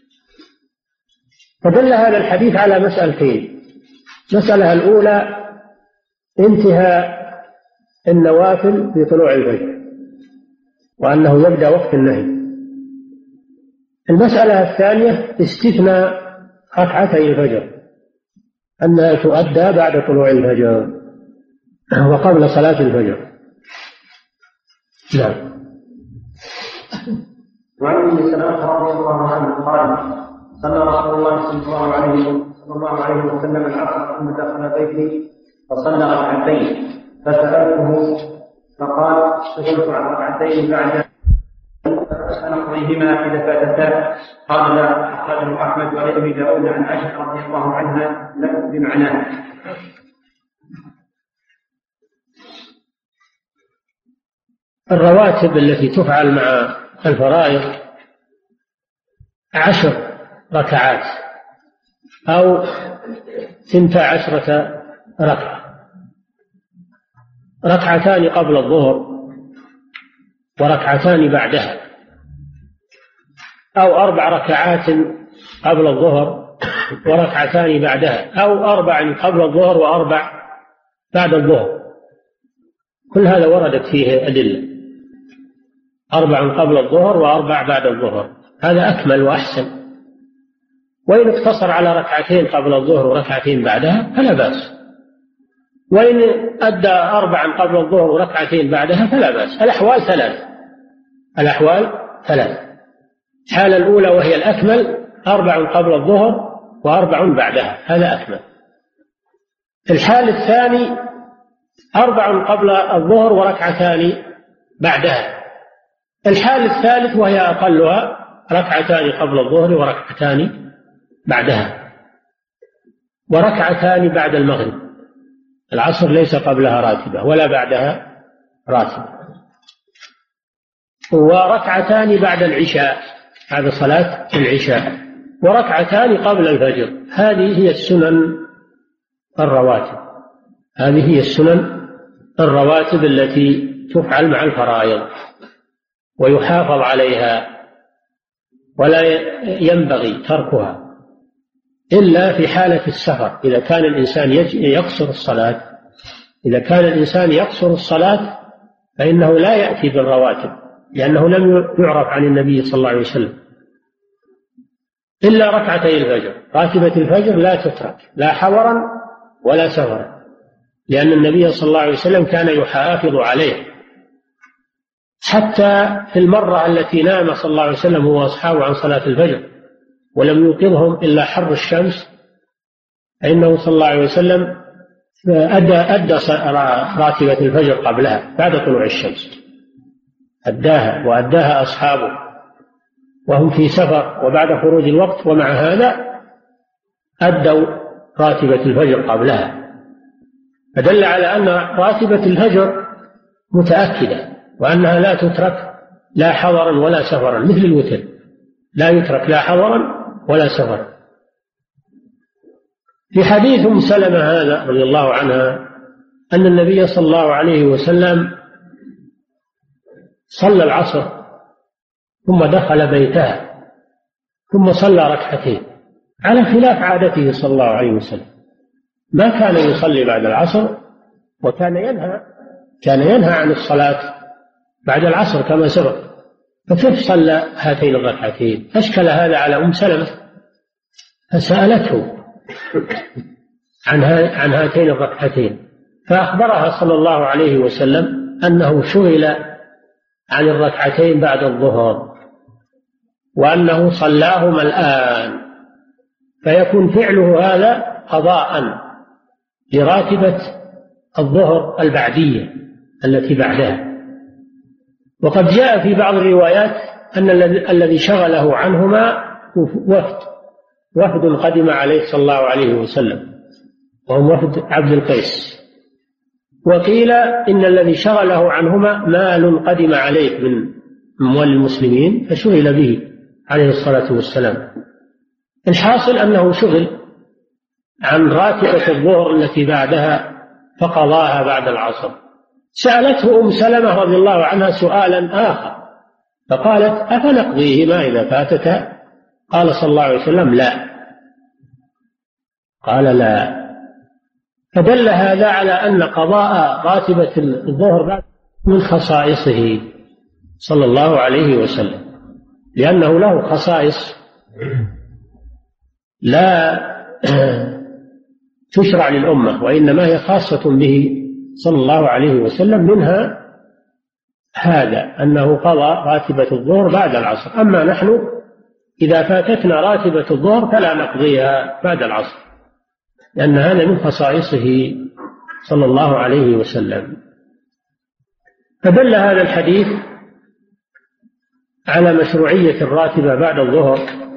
فدل هذا الحديث على مسألتين: المسألة الأولى انتهاء النوافل بطلوع الفجر، وأنه يبدأ وقت النهي. المسألة الثانية استثناء ركعتي الفجر، أنها تؤدى بعد طلوع الفجر وقبل صلاة الفجر. نعم. وعن ابن سلمة رضي الله عنه قال: صلى رسول الله صلى الله عليه وسلم العصر ثم دخل بيتي فصلى ركعتين، فسألته فقال: سئلت عن ركعتين بعد نقضيهما إذا فاتتا. قال: لا. أخرجه أحمد وأبي داود عن عائشة رضي الله عنها لا بمعناه. الرواتب التي تفعل مع الفرائض 10 ركعات أو 12 ركعة، ركعتان قبل الظهر وركعتان بعدها، أو 4 ركعات قبل الظهر وركعتان بعدها، أو 4 قبل الظهر و4 بعد الظهر. كل هذا وردت فيه أدلة: 4 قبل الظهر و4 بعد الظهر، هذا أكمل وأحسن. وإن اقتصر على ركعتين قبل الظهر وركعتين بعدها فلا بأس، وإن أدى 4 قبل الظهر وركعتين بعدها فلا بأس. الأحوال ثلاث. الحالة الأولى وهي الأكمل 4 قبل الظهر و4 بعدها، هذا أكمل. الحال الثاني 4 قبل الظهر وركعتان بعدها. الحال الثالث وهي أقلها 2 قبل الظهر وركعتان بعدها، وركعتان بعد المغرب. العصر ليس قبلها راتبة ولا بعدها راتبة، وركعتان بعد العشاء، هذا صلاة العشاء، وركعتان قبل الفجر. هذه هي السنن الرواتب التي تفعل مع الفرائض ويحافظ عليها، ولا ينبغي تركها إلا في حالة السفر. إذا كان الإنسان يقصر الصلاة فإنه لا يأتي بالرواتب، لأنه لم يعرف عن النبي صلى الله عليه وسلم إلا ركعتي الفجر. راتبة الفجر لا تترك لا حضرا ولا سفرا، لأن النبي صلى الله عليه وسلم كان يحافظ عليه، حتى في المرة التي نام صلى الله عليه وسلم هو وأصحابه عن صلاة الفجر ولم يوقظهم إلا حر الشمس، فإنه صلى الله عليه وسلم أدى راتبة الفجر قبلها بعد طلوع الشمس، وأداها أصحابه وهم في سفر وبعد خروج الوقت، ومع هذا أدوا راتبة الفجر قبلها، فدل على أن راتبة الفجر متأكدة، وأنها لا تترك لا حضرا ولا سفرا، مثل الوتر لا يترك لا حضرا ولا سفرا. في حديث أم سلمة هذا رضي الله عنها أن النبي صلى الله عليه وسلم صلى العصر ثم دخل بيتها ثم صلى ركعتين على خلاف عادته صلى الله عليه وسلم، ما كان يصلي بعد العصر، وكان ينهى عن الصلاة بعد العصر كما سبق، فكيف صلى هاتين الركعتين؟ أشكل هذا على أم سلمة فسألته عن هاتين الركعتين، فأخبرها صلى الله عليه وسلم أنه شغل عن الركعتين بعد الظهر وأنه صلاهما الآن، فيكون فعله هذا قضاء لراتبة الظهر البعدية التي بعدها. وقد جاء في بعض الروايات أن الذي شغله عنهما وفد قدم عليه صلى الله عليه وسلم، وهم وفد عبد القيس. وقيل إن الذي شغله عنهما مال قدم عليه من أموال المسلمين فشغل به عليه الصلاة والسلام. الحاصل أنه شغل عن راتبة الظهر التي بعدها فقضاها بعد العصر. سألته أم سلمة رضي الله عنها سؤالا آخر فقالت: أفنقضيهما إذا فاتتا؟ قال صلى الله عليه وسلم: لا. قال: لا. فدل هذا على أن قضاء راتبة الظهر من خصائصه صلى الله عليه وسلم، لأنه له خصائص لا تشرع للأمة، وإنما هي خاصة به صلى الله عليه وسلم. منها هذا أنه قضى راتبة الظهر بعد العصر. أما نحن إذا فاتتنا راتبة الظهر فلا نقضيها بعد العصر، لأن هذا من خصائصه صلى الله عليه وسلم. فدل هذا الحديث على مشروعية الراتبة بعد الظهر،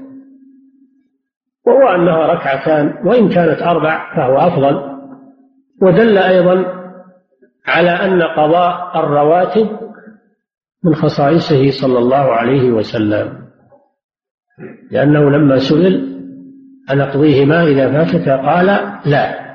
وهو أنها ركعتان، وإن كانت 4 فهو أفضل. ودل أيضا على أن قضاء الرواتب من خصائصه صلى الله عليه وسلم، لأنه لما سئل أنقضيهما إذا فاتتا قال: لا،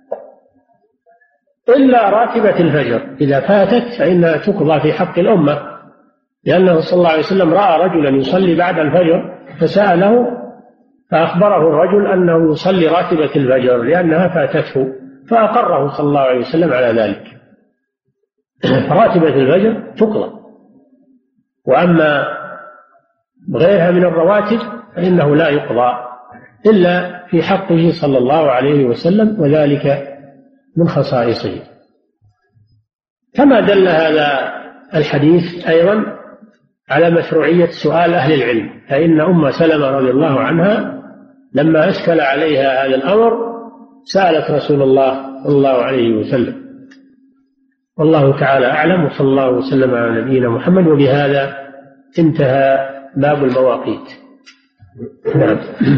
إلا راتبة الفجر إذا فاتت فإنها تقضى في حق الأمة، لأنه صلى الله عليه وسلم رأى رجلا يصلي بعد الفجر فسأله فأخبره الرجل أنه يصلي راتبة الفجر لأنها فاتته، فأقره صلى الله عليه وسلم على ذلك. راتبة الفجر تقضى، وأما غيرها من الرواتب فإنه لا يقضى إلا في حقه صلى الله عليه وسلم، وذلك من خصائصه. كما دل هذا الحديث أيضا على مشروعية سؤال أهل العلم، فإن أم سلمة رضي الله عنها لما أشكل عليها هذا الأمر سألت رسول الله صلى الله عليه وسلم. والله تعالى أعلم، وصلى الله وسلم على نبينا محمد. وبهذا انتهى باب المواقيت. نعم.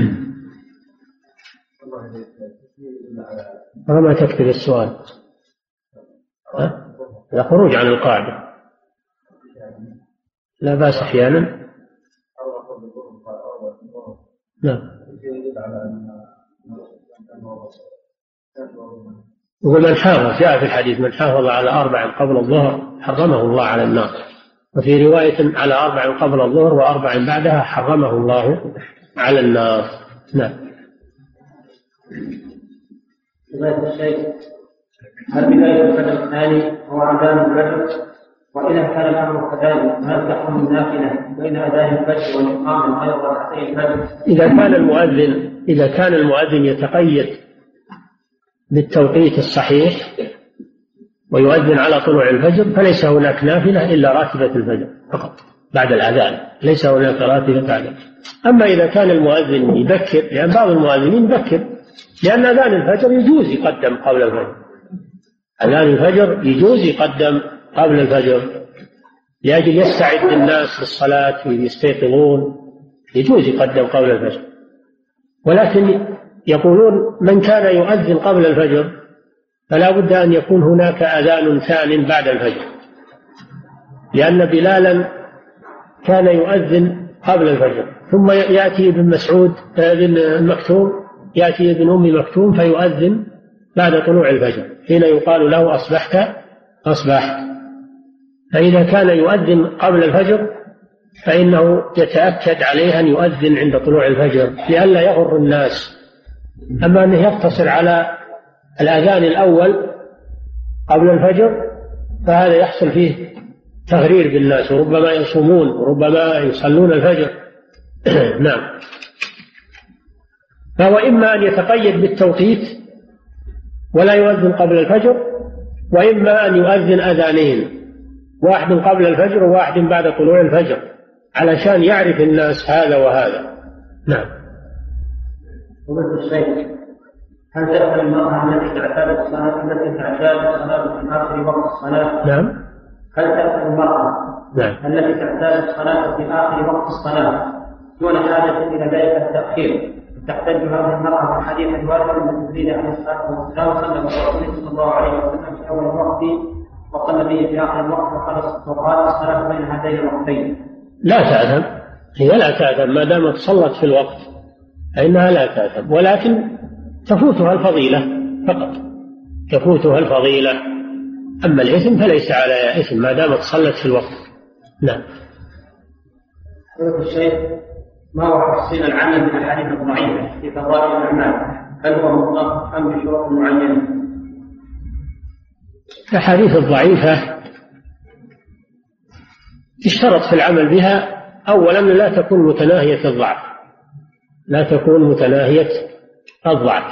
ما تكتب السؤال، لا خروج عن القاعدة، لا بأس أحيانا. نعم. ومن حافظ، جاء في الحديث: من حافظ على 4 قبل الظهر حرمه الله على النار. وفي رواية: على 4 قبل الظهر و4 بعدها حرمه الله على النار. نعم. هل بداية الفجر الثاني هو أذان الفجر؟ وإذا كان الأمر كذلك هل تحرم النافلة بين أذان الفجر والإقامة غير ركعتي الفجر؟ إذا كان المؤذن يتقيد بالتوقيت الصحيح ويؤذن على طلوع الفجر فليس هناك نافلة إلا راتبة الفجر فقط بعد الأذان، ليس هناك راتبة بعد. أما إذا كان المؤذن يبكر، لأن بعض المؤذنين يبكر، لأن أذان الفجر يجوز يقدم قبل الفجر، أذان الفجر يجوز يقدم قبل الفجر لأجل يستعد الناس للصلاة ويستيقظون، يجوز يقدم قبل الفجر. ولكن يقولون من كان يؤذن قبل الفجر فلا بد أن يكون هناك أذان ثان بعد الفجر، لأن بلالا كان يؤذن قبل الفجر، ثم يأتي ابن مسعود ابن مكتوم، يأتي ابن أم مكتوم فيؤذن بعد طلوع الفجر، حين يقال له أصبحت. فإذا كان يؤذن قبل الفجر فإنه يتأكد عليه أن يؤذن عند طلوع الفجر لئلا يغر الناس. أما أنه يقتصر على الأذان الأول قبل الفجر فهذا يحصل فيه تغرير بالناس، وربما يصومون وربما يصلون الفجر. نعم. فهو إما أن يتقيد بالتوقيت ولا يؤذن قبل الفجر، وإما أن يؤذن أذانين، واحد قبل الفجر وواحد بعد طلوع الفجر، علشان يعرف الناس هذا وهذا. نعم. ومثل الشيء، هل تأثم المرأة التي تعتاد الصلاة في آخر وقت الصلاة؟ نعم. هل تأثم المرأة التي تعتاد الصلاة في آخر وقت الصلاة دون حاجة إلى ذلك التأخير؟ تحتاج هذه المرأة في حديث الوالد من جبريل عليه الصلاة والسلام صلى الله عليه وسلم في أول الوقت وصلى به في آخر الوقت وقال الصلاة بين هذين الوقتين. لا تأثم، هي لا تأثم ما دامت صلت في الوقت فإنها لا تأثم، ولكن تفوتها الفضيلة فقط، تفوتها الفضيلة. أما الإثم فليس على إثم ما دامت صلت في الوقت. نعم. الشيخ، ما هو تفصيل العمل من الحديث الضعيف في فضائل الأعمال؟ هل هو مطلق أم بشروط معينة؟ الأحاديث الضعيفة اشترط في العمل بها أولا لا تكون متناهية الضعف، لا تكون متناهية الضعف.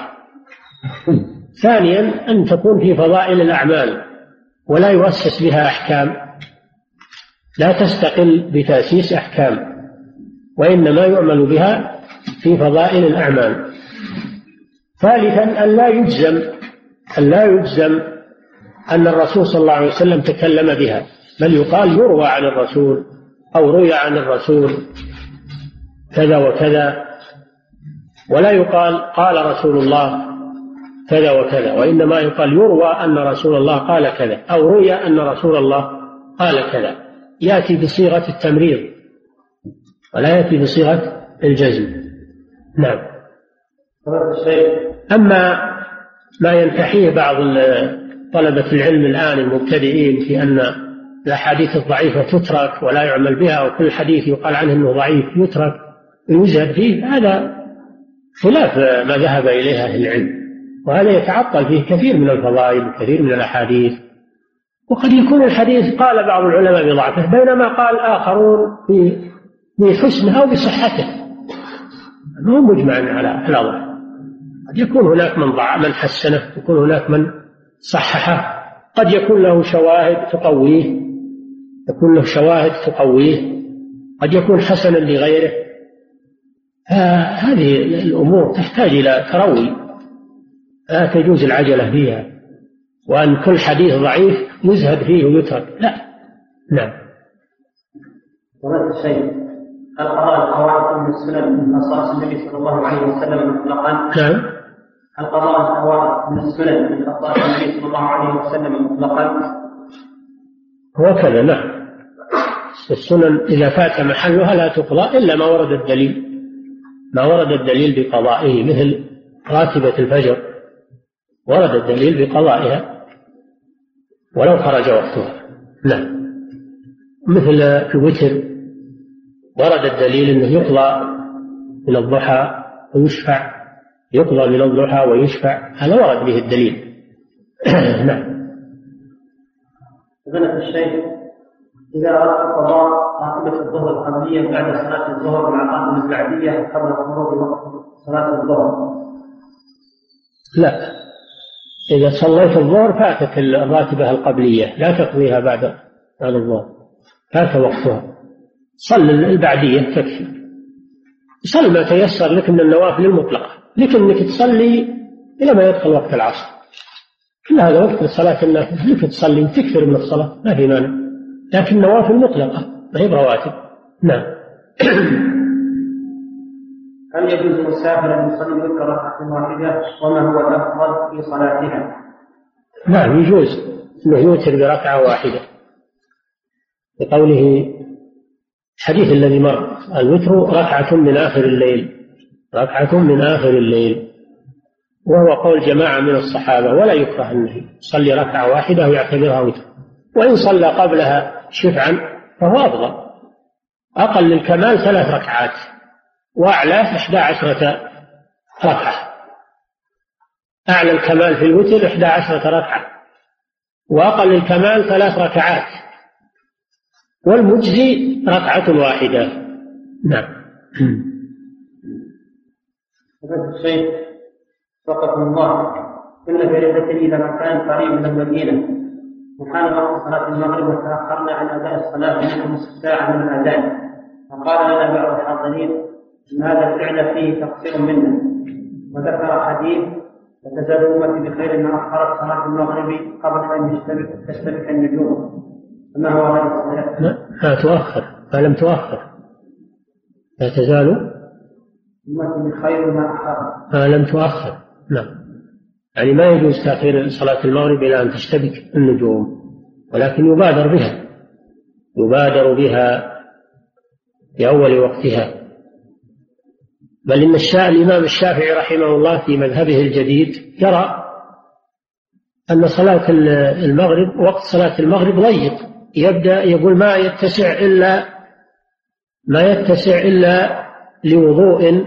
ثانيا أن تكون في فضائل الأعمال ولا يؤسس بها أحكام، لا تستقل بتأسيس أحكام، وإنما يعمل بها في فضائل الأعمال. ثالثا أن لا يجزم أن الرسول صلى الله عليه وسلم تكلم بها، بل يقال يروى عن الرسول أو روي عن الرسول كذا وكذا، ولا يقال قال رسول الله كذا وكذا، وإنما يقال يروى أن رسول الله قال كذا أو روي أن رسول الله قال كذا، يأتي بصيغة التمريض ولا يأتي بصيغة الجزم. نعم. أما ما ينتحيه بعض طلبة العلم الآن المبتدئين في أن الأحاديث الضعيفة تترك ولا يعمل بها، وكل حديث يقال عنه أنه ضعيف يترك ويزهد فيه، هذا خلاف ما ذهب إليه أهل العلم، وهذا يتعطل فيه كثير من الفضائل وكثير من الأحاديث. وقد يكون الحديث قال بعض العلماء بضعفه بينما قال آخرون بحسنه أو بصحته، ما هو مجمع على ضعف. قد يكون هناك من حسنه، يكون هناك من صححه، قد يكون له شواهد تقويه، قد يكون حسنا لغيره. هذه الأمور تحتاج إلى تروي، لا تجوز العجلة فيها، وأن كل حديث ضعيف يزهد فيه ويترك، لا. نعم. ورد الشيء، هل قضاء القواعد من السنن من خصائص النبي صلى الله عليه وسلم مطلقا؟ نعم. هل قضاء القواعد من السنن من خصائص النبي صلى الله عليه وسلم مطلقا؟ هو كذا. نعم. السنن إذا فات محلها لا تقضى إلا ما ورد الدليل بقضائه، مثل راتبة الفجر ورد الدليل بقضائها ولو خرج وقتها. نعم. مثل الوتر ورد الدليل أنه يقضى من الضحى ويشفع، يقضى من الضحى ويشفع، هذا ورد به الدليل. نعم. فضيلة الشيخ، إذا أردت قضاء راتبة الظهر القبلية بعد صلاة الظهر مع قائمة البعدية قبل خروج وقت صلاة الظهر، لا، إذا صليت الظهر فاتك الراتبة القبلية، لا تقضيها بعد الظهر، فات وقتها، صل البعدية تكفي، صل ما تيسر لك من النوافل المطلقة، لكن انك تصلي إلى ما يدخل وقت العصر، كل هذا وقت لصلاة النافلة، لك تصلي وتكثر من الصلاة ما في مانع، لكن نوافل مطلقة ما هي برواتب. نعم. هل يجوز للمسافر أن يصلي الوتر ركعة واحدة؟ وما هو الأفضل في صلاتها؟ نعم يجوز أنه يوتر بركعة واحدة، بقوله الحديث الذي مر: الوتر ركعة من آخر الليل، ركعة من آخر الليل، وهو قول جماعة من الصحابة، ولا يكره أنه يصلي ركعة واحدة ويعتبرها وتر، وإن صلى قبلها شفعا فهو أفضل. أقل الكمال 3 ركعات، وأعلى 11 ركعة. أعلى الكمال في الوتر 11 ركعة، وأقل الكمال 3 ركعات، والمجزي ركعة واحدة. نعم. الشيخ وفقكم الله، كنا في رحلة إلى مكان قريب من المدينة، وكان وقت صلاة المغرب وتأخرنا عن أداء الصلاة منه نصف ساعة من الأذان، فقال لنا بعض الحاضرين إن هذا الفعل فيه تقصير منا، وذكر حديث: لا تزال أمتي بخير ما أخرت صلاة المغرب قبل أن تشتبك النجوم. فما هو هذا الصلاة؟ لا تؤخر، ما لم تؤخر. لا تزال أمتي بخير ما أخرت ما لم تؤخر. نعم، يعني ما يجوز تأخير صلاة المغرب إلى أن تشتبك النجوم، ولكن يبادر بها في أول وقتها. بل إن الإمام الشافعي رحمه الله في مذهبه الجديد يرى أن صلاة المغرب، وقت صلاة المغرب ضيق، يبدأ يقول ما يتسع إلا لوضوء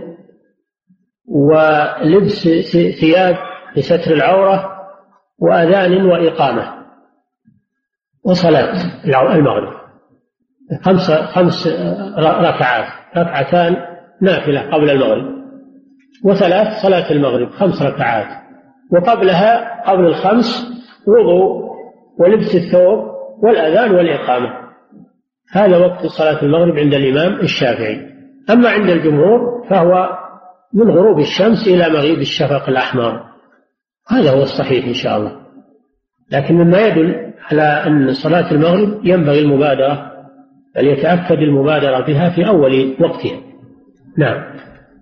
ولبس ثياب لستر العورة وأذان وإقامة وصلاة المغرب. 5 ركعات، 2 نافلة قبل المغرب، و3 صلاة المغرب 5 ركعات، وقبلها قبل 5 وضوء ولبس الثوب والأذان والإقامة. هذا وقت صلاة المغرب عند الإمام الشافعي. أما عند الجمهور فهو من غروب الشمس إلى مغيب الشفق الأحمر، هذا هو الصحيح إن شاء الله. لكن مما يدل على أن صلاة المغرب ينبغي المبادرة، بل يتأكد المبادرة بها في أول وقتها. نعم.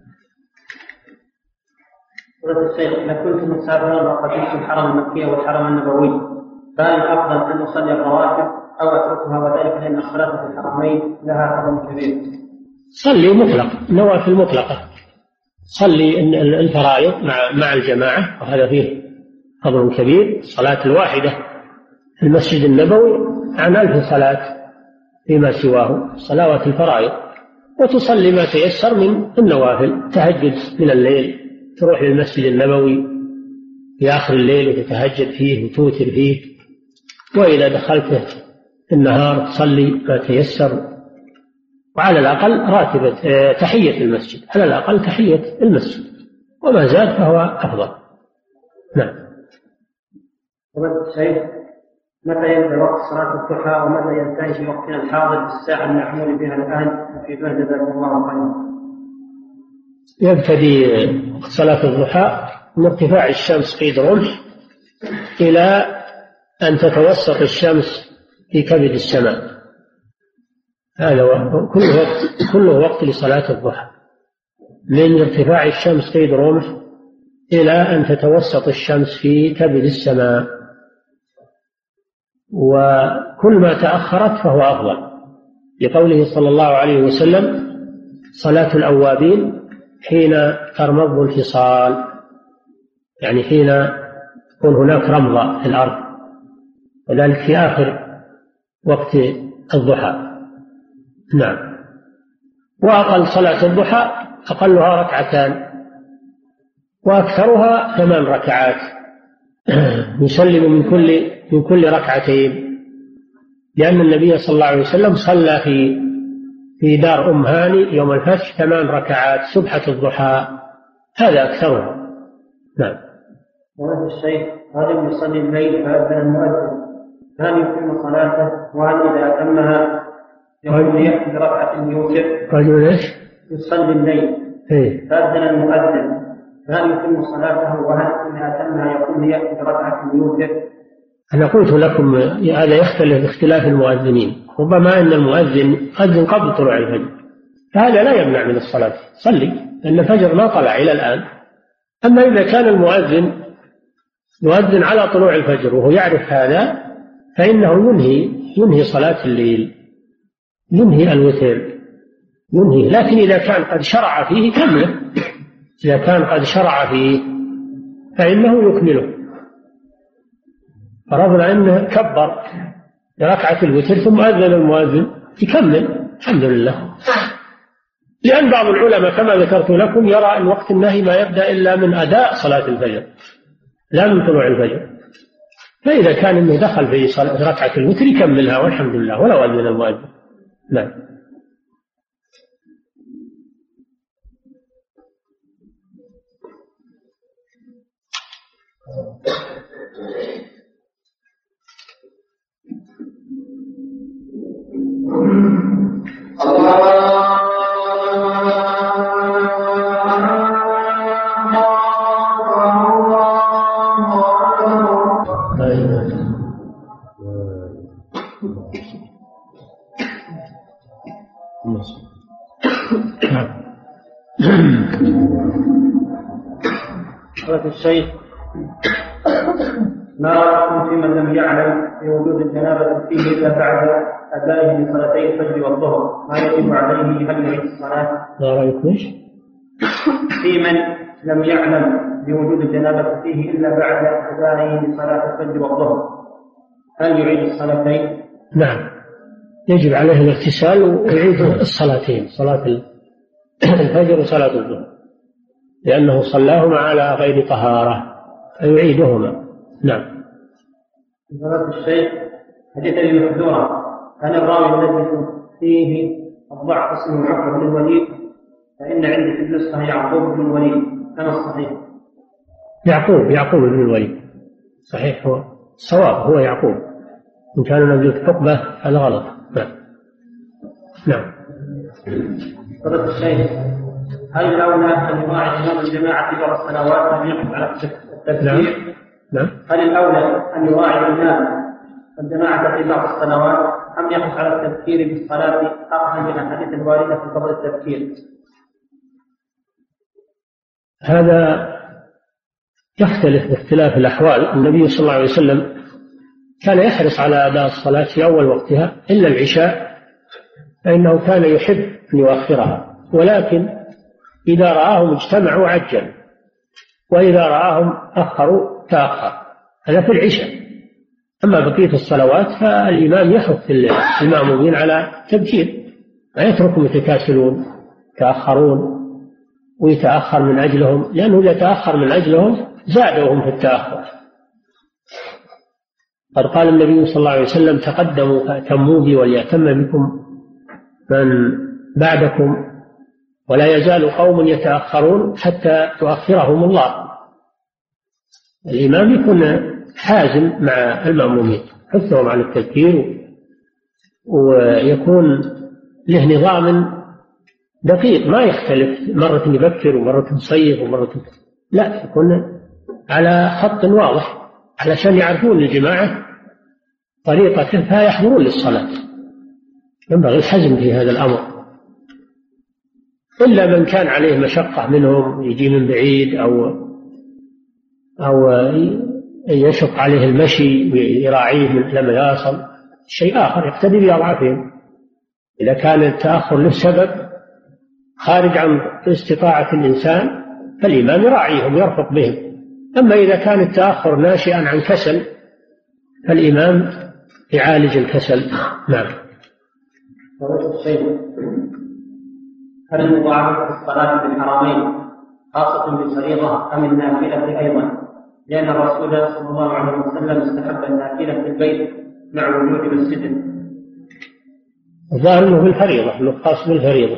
الشيخ، إذا كنت مسافرا وقدمت الحرم المكي والحرم النبوي، فهل الأفضل أن أصلي الرواتب أو أتركها، وذلك لأن الصلاة في الحرمين لها فضل كبير؟ صلي مطلق، نوافل مطلقة، صلي الفرائض مع الجماعة، وهذا فيه فضل كبير. الصلاة الواحدة في المسجد النبوي عن 1000 صلاة فيما سواه صلوات الفرائض، وتصلي ما تيسر من النوافل. تهجد من الليل، تروح للمسجد النبوي في آخر الليل وتتهجد فيه وتوتر فيه، وإذا دخلت النهار تصلي ما تيسر، وعلى الأقل راتبة تحية المسجد، على الأقل تحية المسجد، وما زاد فهو أفضل. نعم. الشيخ، متى يبدأ وقت صلاة الضحى ومتى ينتهي في وقتنا الحاضر بالساعة المعمول بها الآن في بلد جزاكم الله خيرا؟ يبتدي صلاة الضحى من ارتفاع الشمس قيد رمح إلى أن تتوسط الشمس في كبد السماء، هذا كله وقت لصلاة الضحى، من ارتفاع الشمس قيد رمح إلى أن تتوسط الشمس في كبد السماء، وكل ما تأخرت فهو أفضل، لقوله صلى الله عليه وسلم: صلاة الأوابين حين ترمض الفصال، يعني حين تكون هناك رمضة في الأرض، وذلك في آخر وقت الضحى. نعم. وأقل صلاة الضحى أقلها 2 وأكثرها 8 ركعات، يسلم من كل 2، لأن النبي صلى الله عليه وسلم صلى في دار أم هاني يوم الفتح 8 ركعات سبحة الضحى، هذا أكثرها. نعم. وهذا الشيخ، رجل يصلي الليل فأذن المؤذن، هل يتم صلاته؟ وهل إذا أتمها يقول يأتي بركعة يوتر؟ رجل إيش؟ يصلي الليل فأذن المؤذن، فهل يتم صلاته؟ وهل إذا أتمها يقول يأتي بركعة يوتر؟ أنا قلت لكم هذا يختلف باختلاف المؤذنين، ربما أن المؤذن أذن قبل طلوع الفجر، فهذا لا يمنع من الصلاة، صلي، لأن الفجر ما طلع إلى الآن. أما إذا كان المؤذن يؤذن على طلوع الفجر وهو يعرف هذا فإنه ينهي صلاة الليل، ينهي الوتر، ينهي. لكن إذا كان قد شرع فيه كمله، إذا كان قد شرع فيه فإنه يكمله. فرضنا أنه كبر بركعة الوتر ثم أذن المؤذن يكمل، الحمد لله. لأن بعض العلماء كما ذكرت لكم يرى أن وقت النهي ما يبدأ إلا من أداء صلاة الفجر لا من طلوع الفجر، فإذا كان أنه دخل في ركعة الوتر يكملها والحمد لله ولو أذن المؤذن. نعم. قال الشيخ: ما رأيكم في من لم يعلم بوجود الجنابة فيه إلا بعد أدائه لصلاتي الفجر والظهر، ما يجب عليه هل يعيد الصلاة؟ ما رأيكم ايش؟ في من لم يعلم بوجود الجنابة فيه إلا بعد أدائه لصلاة الفجر والظهر، هل يعيد الصلاتين؟ نعم، يجب عليه الاغتسال ويعيد الصلاتين، صلاة الفجر وصلاة الظهر، لأنه صلاهما على غير طهارة فيعيدهما. نعم. فضيلة الشيخ، حديث المحذورة عن الراوي الذي فيه الضعف اسمه عقبة بن الوليد، فإن عندي في النسخة يعقوب بن الوليد، كما الصحيح؟ يعقوب بن الوليد صحيح، هو الصواب هو يعقوب، إن كان نزلت حقبة هذا غلط. نعم. نعم. فضيلة الشيخ، هل الأولى أن يراعي إمام الجماعة في بعض الصلوات أم يقف على التفكير؟ نعم. هل الأولى أن يراعي الإمام الجماعة في بعض الصلوات أم يقف على التفكير بالصلاة أخذا من الحديث الواردة في فضل التفكير؟ هذا يختلف باختلاف الأحوال. النبي صلى الله عليه وسلم كان يحرص على أداء الصلاة في أول وقتها إلا العشاء، فإنه كان يحب أن يؤخرها، ولكن إذا رآهم اجتمعوا عجل، وإذا رآهم أخروا تأخر، هذا في العشاء. أما بقية الصلوات فالإمام يحث المأمومين على تبكير، ما يتركهم يتكاسلون يتأخرون ويتأخر من أجلهم، لأنه إذا تأخر من أجلهم زادوهم في التأخر. قد قال النبي صلى الله عليه وسلم: تقدموا فأتموا بي وليأتم بكم من بعدكم، ولا يزال قوم يتأخرون حتى تؤخرهم الله. الإمام يكون حازم مع المأمومين، حثهم على التذكير، ويكون له نظام دقيق ما يختلف، مرة يبكر ومرة يصيف ومرة لا، يكون على خط واضح علشان يعرفون الجماعة طريقة فيحضرون للصلاة. ينبغي الحزم في هذا الأمر، إلا من كان عليه مشقة منهم يجي من بعيد أو يشق عليه المشي ويراعيه لما يصل، شيء آخر يقتدي بأضعافهم. إذا كان التأخر له سبب خارج عن استطاعة الإنسان فالإمام يراعيهم ويرفق بهم. أما إذا كان التأخر ناشئا عن كسل فالإمام يعالج الكسل. نعم. هل المضاعفة في الصلاة في الحرمين خاصة بالفريضة أم النافلة أيضا؟ لأن الرسول صلى الله عليه وسلم استحب النافلة في البيت مع وجود مسجد. الظاهر أنه بالفريضة، أنه خاص بالفريضة،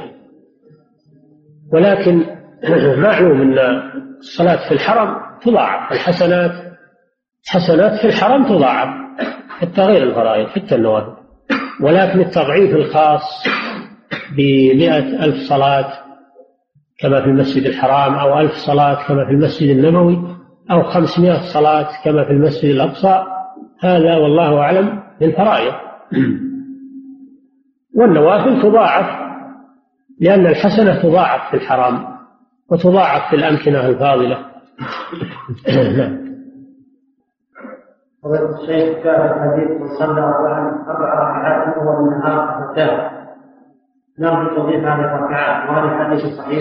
ولكن معلوم أن الصلاة في الحرم تضاعف، الحسنات في الحرم تضاعف حتى غير الفرائض حتى النوافل، ولكن التضعيف الخاص ب100,000 صلاة كما في المسجد الحرام، أو 1000 صلاة كما في المسجد النبوي، أو 500 صلاة كما في المسجد الأقصى، هذا والله أعلم للفرائض. والنوافل تضاعف لأن الحسنة تضاعف في الحرام وتضاعف في الأمكنة الفاضلة. فضيلة الشيخ جاء الحديث من صلى 4 ركعات أول النهار فتاه نرجو توضيح هذه الركعات وهذا الحديث صحيح؟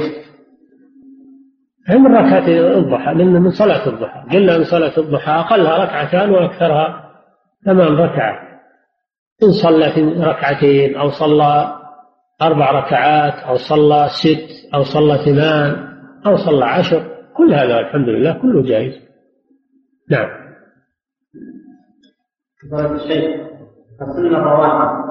هي من ركعات الضحى، لأن من صلاة الضحى قلنا من صلاة الضحى أقلها ركعتان وأكثرها 8 ركعات. إن صلى في ركعتين أو صلى 4 ركعات أو صلى 6 أو صلى 8 أو صلى 10 كل هذا الحمد لله كله جائز. نعم. فضيلة الشيخ السنة الرواتب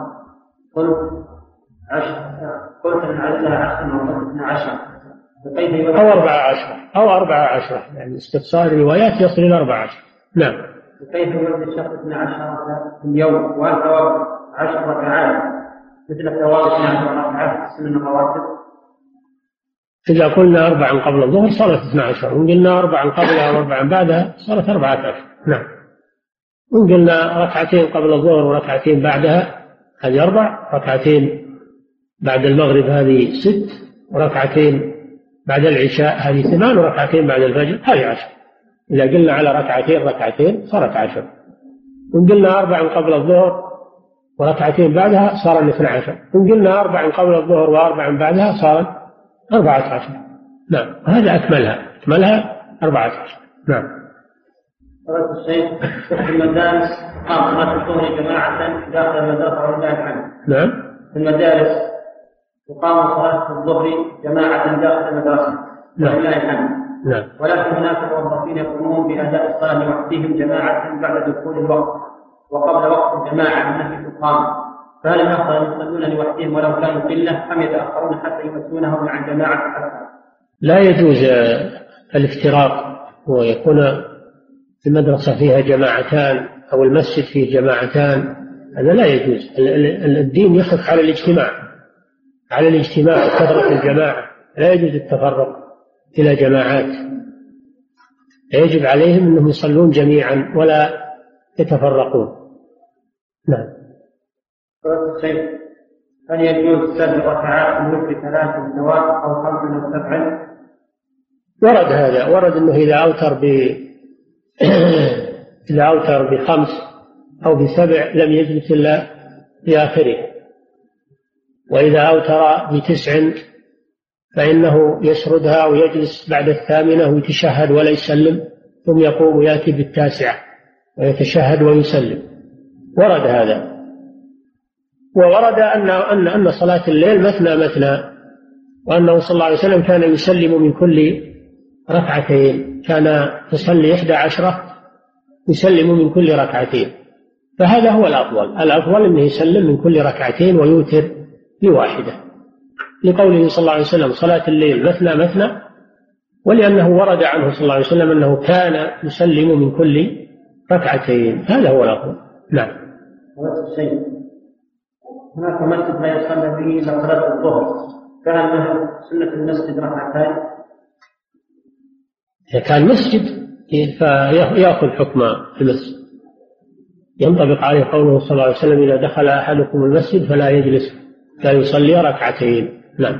قلت أن عددها 10 أو 12 أو 14 أو 14 يعني استفسار الروايات يصل إلى 14. نعم. كيف يولد الشخص 12 في اليوم وهل ثواب 10 ركعات مثل ثواب 12 ركعات في السنة الرواتب؟ إذا قلنا 4 قبل الظهر صارت 12، وإن قلنا 4 قبلها و4 بعدها صارت 14. نعم. وإن قلنا ركعتين قبل الظهر وركعتين بعدها هذه 4، ركعتين بعد المغرب هذه 6، وركعتين بعد العشاء هذه 8، وركعتين بعد الفجر هذه 10. إذا قلنا على ركعتين صارت 10. وإن قلنا 4 قبل الظهر وركعتين بعدها صار 12. وإن قلنا 4 قبل الظهر و4 بعدها صارت 14. نعم. هذا أكملها 14. نعم. فضيلة الشيخ في المدارس صلاة الظهر جماعة داخل المدرسة ولله الحمد. نعم. في المدارس تقام صلاة الظهر جماعة داخل المدرسة ولله الحمد. نعم. ولكن هناك موظفين يقومون بأداء الصلاة لوحدهم جماعة بعد دخول الوقت وقبل وقت الجماعة التي تقام، فهل الأفضل أن يصلون لوحدهم ولو كانوا قلة أم يتأخرون حتى يمسونهم عن جماعة حتى؟ لا يجوز الافتراق ويكون المدرسة فيها جماعتان أو المسجد فيه جماعتان، هذا لا يجوز. الدين يحث على الاجتماع وكثرة الجماعة، لا يجوز التفرق إلى جماعات، يجب عليهم أنهم يصلون جميعا ولا يتفرقون. نعم. هل يجوز 7 ركعات من 3 سواء أو 5 أو 7؟ ورد هذا، ورد أنه إذا أوتر ب5 أو ب7 لم يجلس إلا في آخره، وإذا أوتر ب9 فإنه يسردها ويجلس بعد 8 ويتشهد ولا يسلم، ثم يقوم ويأتي ب9 ويتشهد ويسلم. ورد هذا. وورد أن صلاة الليل مثنى، وأنه صلى الله عليه وسلم كان يسلم من كل ركعتين، كان يصلي 11 يسلم من كل ركعتين، فهذا هو الأفضل أنه يسلم من كل ركعتين ويوتر بواحدة، لقوله صلى الله عليه وسلم صلاة الليل مثنى، ولأنه ورد عنه صلى الله عليه وسلم أنه كان يسلم من كل ركعتين، هذا هو الأفضل. نعم. هناك مسجد لا يصلى به إلا صلاة الظهر، كان سنة المسجد ركعتين؟ إذا كان مسجد فيأخذ حكم المسجد، ينطبق عليه قوله صلى الله عليه وسلم إذا دخل أحدكم المسجد فلا يجلس لا يصلي ركعتين. نعم.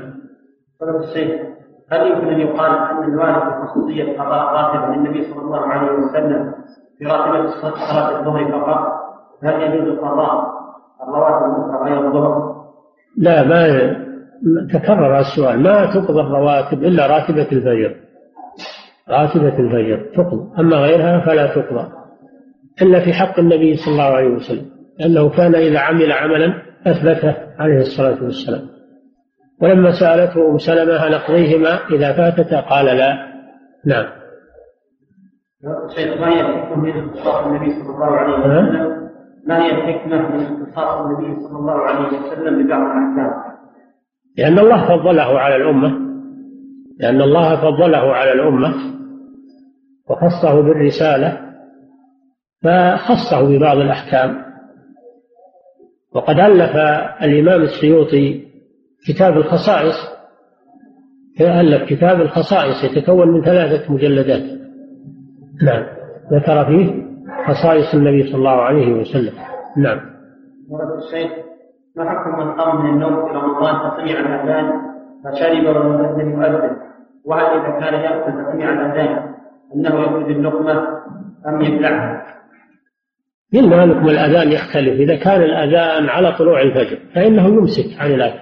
هل يمكن أن يقال أن الوارد بخصوصية قضاء راتبة للنبي صلى الله عليه وسلم في راتبة صلاة الظهر فقط؟ هل يجوز قضاء الرواتب غير الظهر؟ لا، ما تكرر السؤال. ما تقضى الرواتب إلا راتبة الفجر، راتبة الفجر تقضى، أما غيرها فلا تقضى إلا في حق النبي صلى الله عليه وسلم، لأنه كان إذا عمل عملا أثبته عليه الصلاة والسلام. ولما سألته أم سلمة هل نقضيهما إذا فاتتا قال لا. نعم. شيخ، ما هي الحكمة من اختصاص النبي صلى الله عليه وسلم؟ ما هي الحكمة من اختصاص النبي صلى الله عليه وسلم ببعض الأحكام؟ لأن الله فضله على الأمة، وخصه بالرسالة فخصه ببعض الأحكام. وقد ألف الإمام السيوطي كتاب الخصائص يتكون من 3 مجلدات. نعم. ذكر فيه خصائص النبي صلى الله عليه وسلم. نعم. ورد الشيخ، ما حكم من قام من النوم في رمضان فسمع الأذان فشرب والمؤذن يؤذن، وهل إذا كان يأكل سميع الأذان أنه يأخذ اللقمة أم يبلعها؟ إلا لكم الأذان يختلف. إذا كان الأذان على طلوع الفجر فإنه يمسك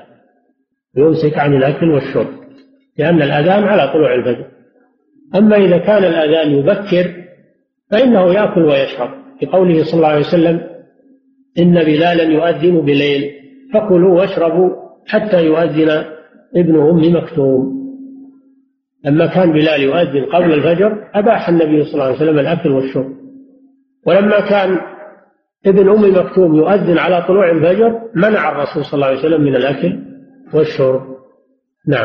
عن الأكل والشرب، لأن الأذان على طلوع الفجر. أما إذا كان الأذان يبكر فإنه يأكل ويشرب، لقوله صلى الله عليه وسلم: إن بلالا يؤذن بليل فكلوا واشربوا حتى يؤذن ابن أم مكتوم. لما كان بلال يؤذن قبل الفجر أباح النبي صلى الله عليه وسلم الأكل والشرب، ولما كان ابن أم مكتوم يؤذن على طلوع الفجر منع الرسول صلى الله عليه وسلم من الأكل والشرب. نعم.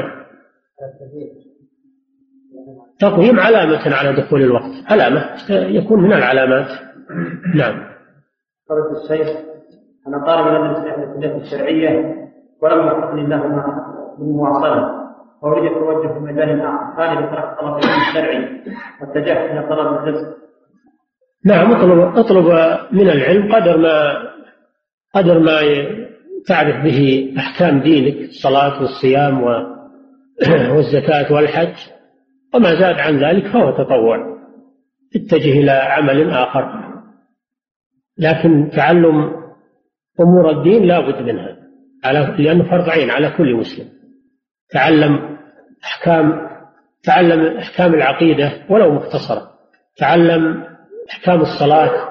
تقويم علامة على دخول الوقت، علامة يكون من العلامات. نعم. قالت الشيخ: أنا طالب الكلية الشرعية ولم يوفقني الله بالمواصلة، وأريد التوجه في مجال آخر، هذا بترك طلب العلم الشرعي واتجهت إلى طلب الرزق. نعم، اطلب من العلم قدر ما تعرف به أحكام دينك، الصلاة والصيام والزكاة والحج، وما زاد عن ذلك فهو تطوع. اتجه إلى عمل آخر، لكن تعلم أمور الدين لا بد منها، لأنه فرض عين على كل مسلم. تعلم أحكام العقيدة ولو مختصرة، تعلم أحكام الصلاة